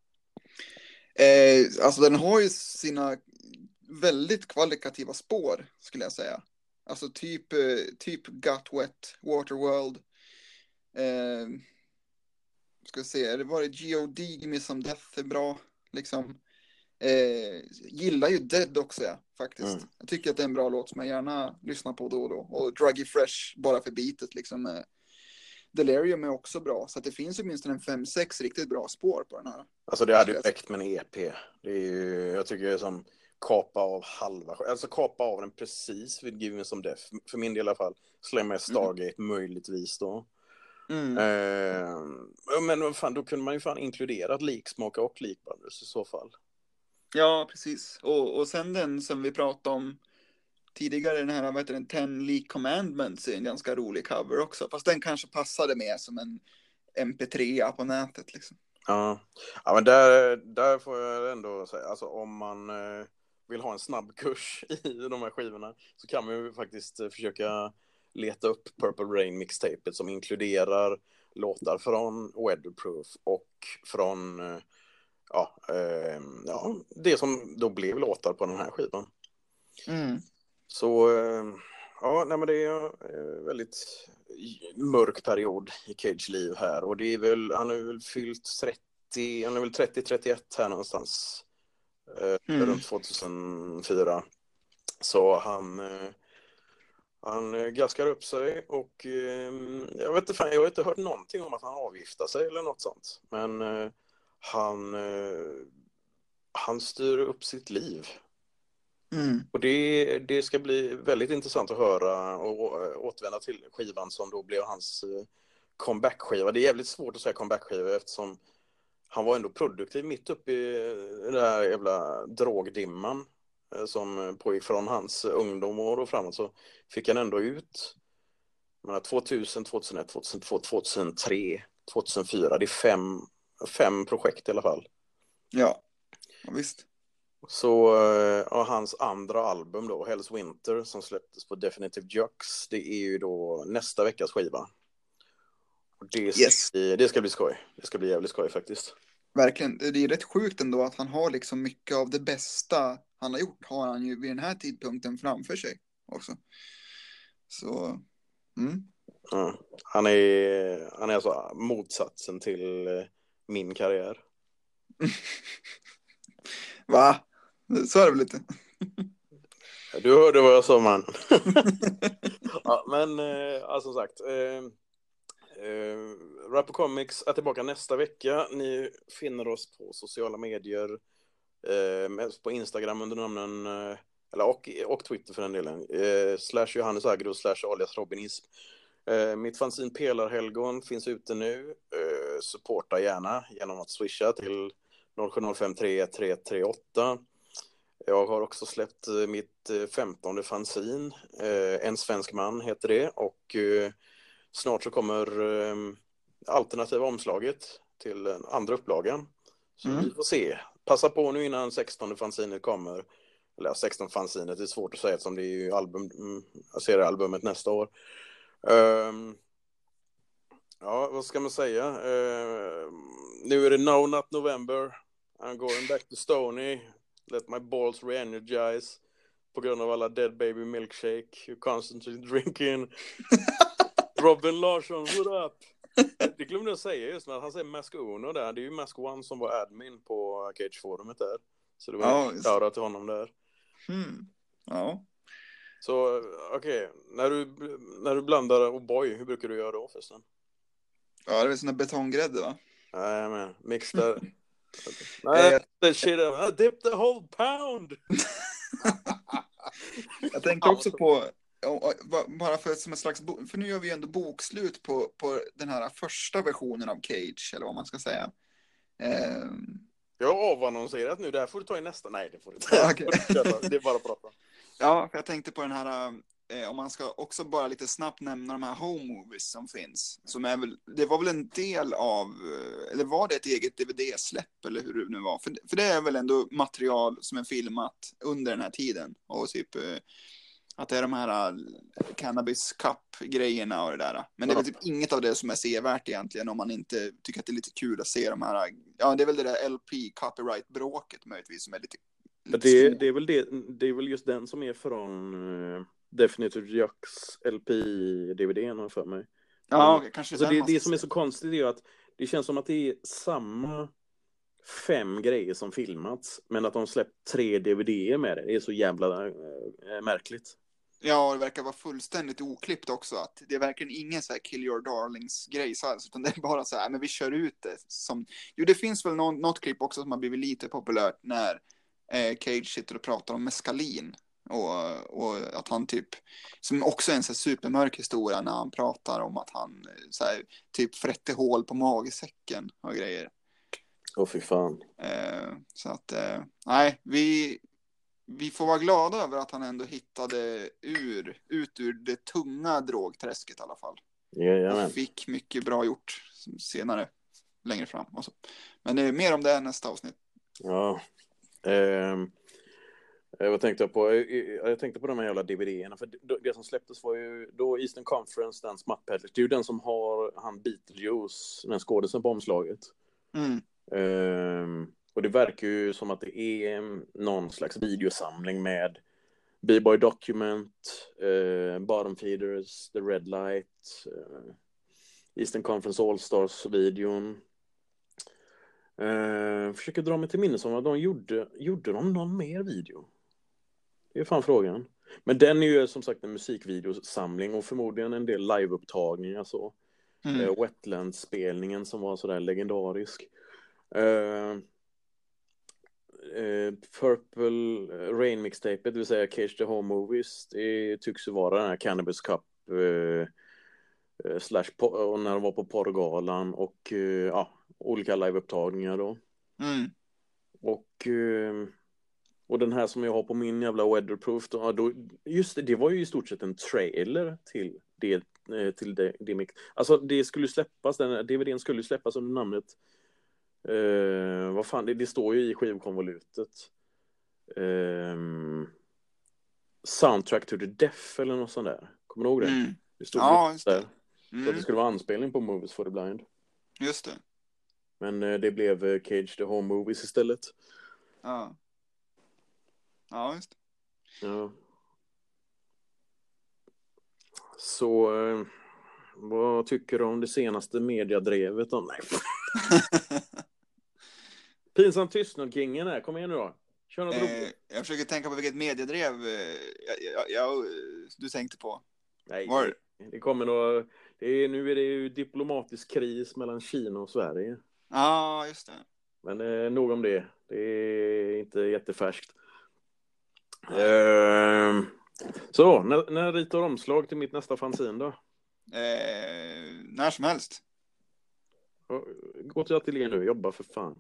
Alltså den har ju sina väldigt kvalitativa spår, skulle jag säga. Alltså typ Got Wet, Waterworld. Ska se, det var G.O.D. Give Me Some Death är bra liksom. Gillar ju Dead också, ja, faktiskt. Jag tycker att det är en bra låt som jag gärna lyssnar på då och då. Och Druggy Fresh bara för beatet liksom. Delirium är också bra. Så att det finns åtminstone en 5-6 riktigt bra spår på den här. Alltså det hade ju räckt med en EP. Det är ju, jag tycker det är som kapa av halva. Alltså kapa av den precis vid Give Me Some Death. För min del i alla fall. Släng med Stargate möjligtvis då. Men fan, då kunde man ju fan inkluderat Leaksmoker och Leak Brothers i så fall. Ja, precis. Och sen den som vi pratade om tidigare, den här, vad heter den, 10 Leak Commandments är en ganska rolig cover också. Fast den kanske passade mer som en MP3 på nätet liksom. Ja, men där får jag ändå säga, alltså om man vill ha en snabb kurs i de här skivorna så kan man ju faktiskt försöka leta upp Purple Rain mixtapet som inkluderar låtar från Weatherproof och från det som då blev låtar på den här skivan. Så nej, men det är en väldigt mörk period i Cage liv här, och det är väl, han har väl fyllt 30, han är väl 30-31 här någonstans runt 2004, så han gaskar upp sig och jag vet inte fan, jag har inte hört någonting om att han avgiftar sig eller något sånt, men han styr upp sitt liv. Och det ska bli väldigt intressant att höra och återvända till skivan som då blev hans comeback-skiva. Det är jävligt svårt att säga comeback-skiva eftersom han var ändå produktiv mitt uppe i den där jävla drogdimman som pågick från hans ungdomar och framåt, så fick han ändå ut 2000, 2001, 2002, 2003, 2004. Det är fem projekt i alla fall. Ja, visst. Så hans andra album då, Hell's Winter, som släpptes på Definitive Jux, det är ju då nästa veckas skiva. Och det ska bli skoj. Det ska bli jävligt skoj faktiskt. Verkligen. Det är rätt sjukt ändå att han har liksom mycket av det bästa han har gjort har han ju vid den här tidpunkten framför sig också. Så Ja, han är alltså motsatsen till min karriär. Va? Så är det väl lite. Du hörde vad jag sa, man. Ja, men som sagt, Rapper Comics är tillbaka nästa vecka. Ni finner oss på sociala medier, på Instagram under namnen och Twitter för den delen, /Johannes Agro /alias Robinism. Mitt fanzine Pelarhelgon finns ute nu. Supporta gärna genom att swisha till 0705313338. Jag har också släppt mitt 15:e fanzine, En svensk man heter det, och snart så kommer alternativa omslaget till den andra upplagan. Så vi får se. Passa på nu innan 16:e fanzinet kommer. Eller 16 fanzinet, det är svårt att säga eftersom det är ju seriealbumet nästa år. Ja, vad ska man säga? Nu är det No Not November. I'm going back to Stony. Let my balls re-energize. På grund av alla Dead Baby Milkshake you're constantly drinking. Robin Larsson, what up? Det glömde jag säga just när han säger Mask Uno där. Det är ju Mask One som var admin på Cage-forumet där. Så det var en shoutout till honom där. Ja. Så okej, när du blandar O'boy, hur brukar du göra då förresten? Ja, det är väl sån där betonggrädde, va? Nej, men mix där. The shit, I dipped the whole pound. Jag tänkte också på, bara för som en slags, för nu gör vi ju ändå bokslut på den här första versionen av Cage, eller vad man ska säga. Jag har avannonserat nu, det här får du ta i nästa. Nej, det får du inte. Okay. Det är bara att prata. Ja, för jag tänkte på den här, om man ska också bara lite snabbt nämna de här home movies som finns. Som är väl, det var väl en del av, eller var det ett eget DVD-släpp eller hur det nu var? För det är väl ändå material som är filmat under den här tiden. Och typ att det är de här Cannabis Cup-grejerna och det där. Men det är väl typ inget av det som är sevärt egentligen om man inte tycker att det är lite kul att se de här. Ja, det är väl det där LP-copyright-bråket möjligtvis som är lite det är väl just den som är från Definitive Jux LP-DVD:n har för mig. Ja, okay, kanske alltså det som är så konstigt är ju att det känns som att det är samma 5 grejer som filmats, men att de släppt 3 DVD:er med det. Det är så jävla märkligt. Ja, det verkar vara fullständigt oklippt också. Att det är verkligen ingen så här kill your darlings-grej alls, utan det är bara så här, men vi kör ut det som... Jo, det finns väl något klipp också som har blivit lite populärt när Cage sitter och pratar om meskalin. Och att han typ, som också är en så här supermörk historia när han pratar om att han så här, typ frätte hål på magsäcken och grejer. Fy fan. Så att, nej, vi får vara glada över att han ändå hittade ut ur det tunga drogträsket i alla fall. Och fick mycket bra gjort senare, längre fram. Och så. Men det är mer om det här nästa avsnitt. Ja. Vad tänkte jag på? Jag tänkte på de här jävla DVD-erna. För det som släpptes var ju då Eastern Conference, den Smut Peddlers. Det är ju den som har han Beetlejuice, den skådisen på omslaget. Och det verkar ju som att det är någon slags videosamling med B-Boy Document, Bottom Feeders, The Red Light, Eastern Conference All-Stars-videon. Försöker dra mig till minnes om att de gjorde de någon mer video. Det är fan frågan. Men den är ju som sagt en musikvideosamling och förmodligen en del liveupptagningar så. Wetlands-spelningen som var sådär legendarisk. Purple Rain mixtape, det vill säga Cage the Home Movies, det tycks ju vara den här Cannabis Cup och när de var på Porrgalan och olika liveupptagningar då. Och den här som jag har på min jävla Weatherproof då, just det var ju i stort sett en trailer till det mix. Alltså det skulle släppas, den DVD:n skulle släppas under namnet vad fan, det står ju i skivkonvolutet. Soundtrack to the Deaf eller något sånt där. Kommer du ihåg det? Det stod just där. Så att det skulle vara anspelning på Movies for the Blind. Just det. Men det blev Cage the Home Movies istället. Ja, just det. Ja. Så vad tycker du om det senaste mediadrevet då? Nej. Pinsam tystnad-kingen här. Kom igen nu då. Kör något roligt. Jag försöker tänka på vilket mediedrev du tänkte på. Nej, det kommer nog... Nu är det ju diplomatisk kris mellan Kina och Sverige. Ja, just det. Men nog om det. Det är inte jättefärskt. Så, när ritar omslag till mitt nästa fanzine då? När som helst. Gå till ateljén nu, jobba för fan.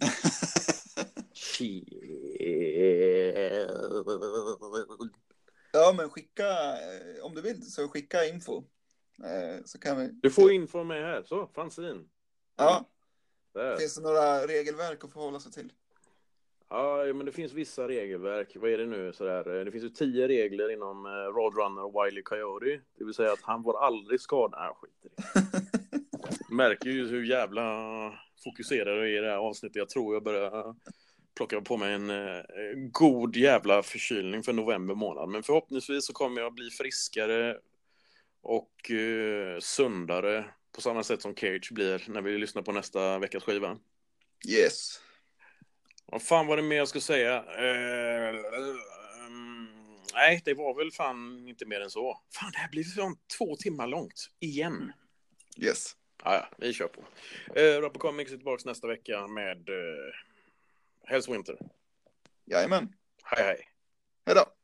Ja, men skicka, om du vill så skicka info. Så kan vi... Du får info med här, så, fanzine. Ja. Där. Finns det några regelverk att förhålla sig till? Ja, men det finns vissa regelverk. Vad är det nu? Sådär? Det finns ju 10 regler inom Roadrunner och Wile E. Coyote. Det vill säga att han var aldrig skadad. Skit i det. Märker ju hur jävla fokuserade i det här avsnittet. Jag tror jag börjar plocka på mig en god jävla förkylning för november månad. Men förhoppningsvis så kommer jag bli friskare och sundare på samma sätt som Cage blir när vi lyssnar på nästa veckas skiva. Yes. Vad fan var det mer jag skulle säga? Nej, det var väl fan inte mer än så. Fan, det här blir fan 2 timmar långt. Igen. Yes. Ja, vi kör på. Rapper Comics är tillbaka nästa vecka med Hells Winter. Jajamän. Hej. Hej då.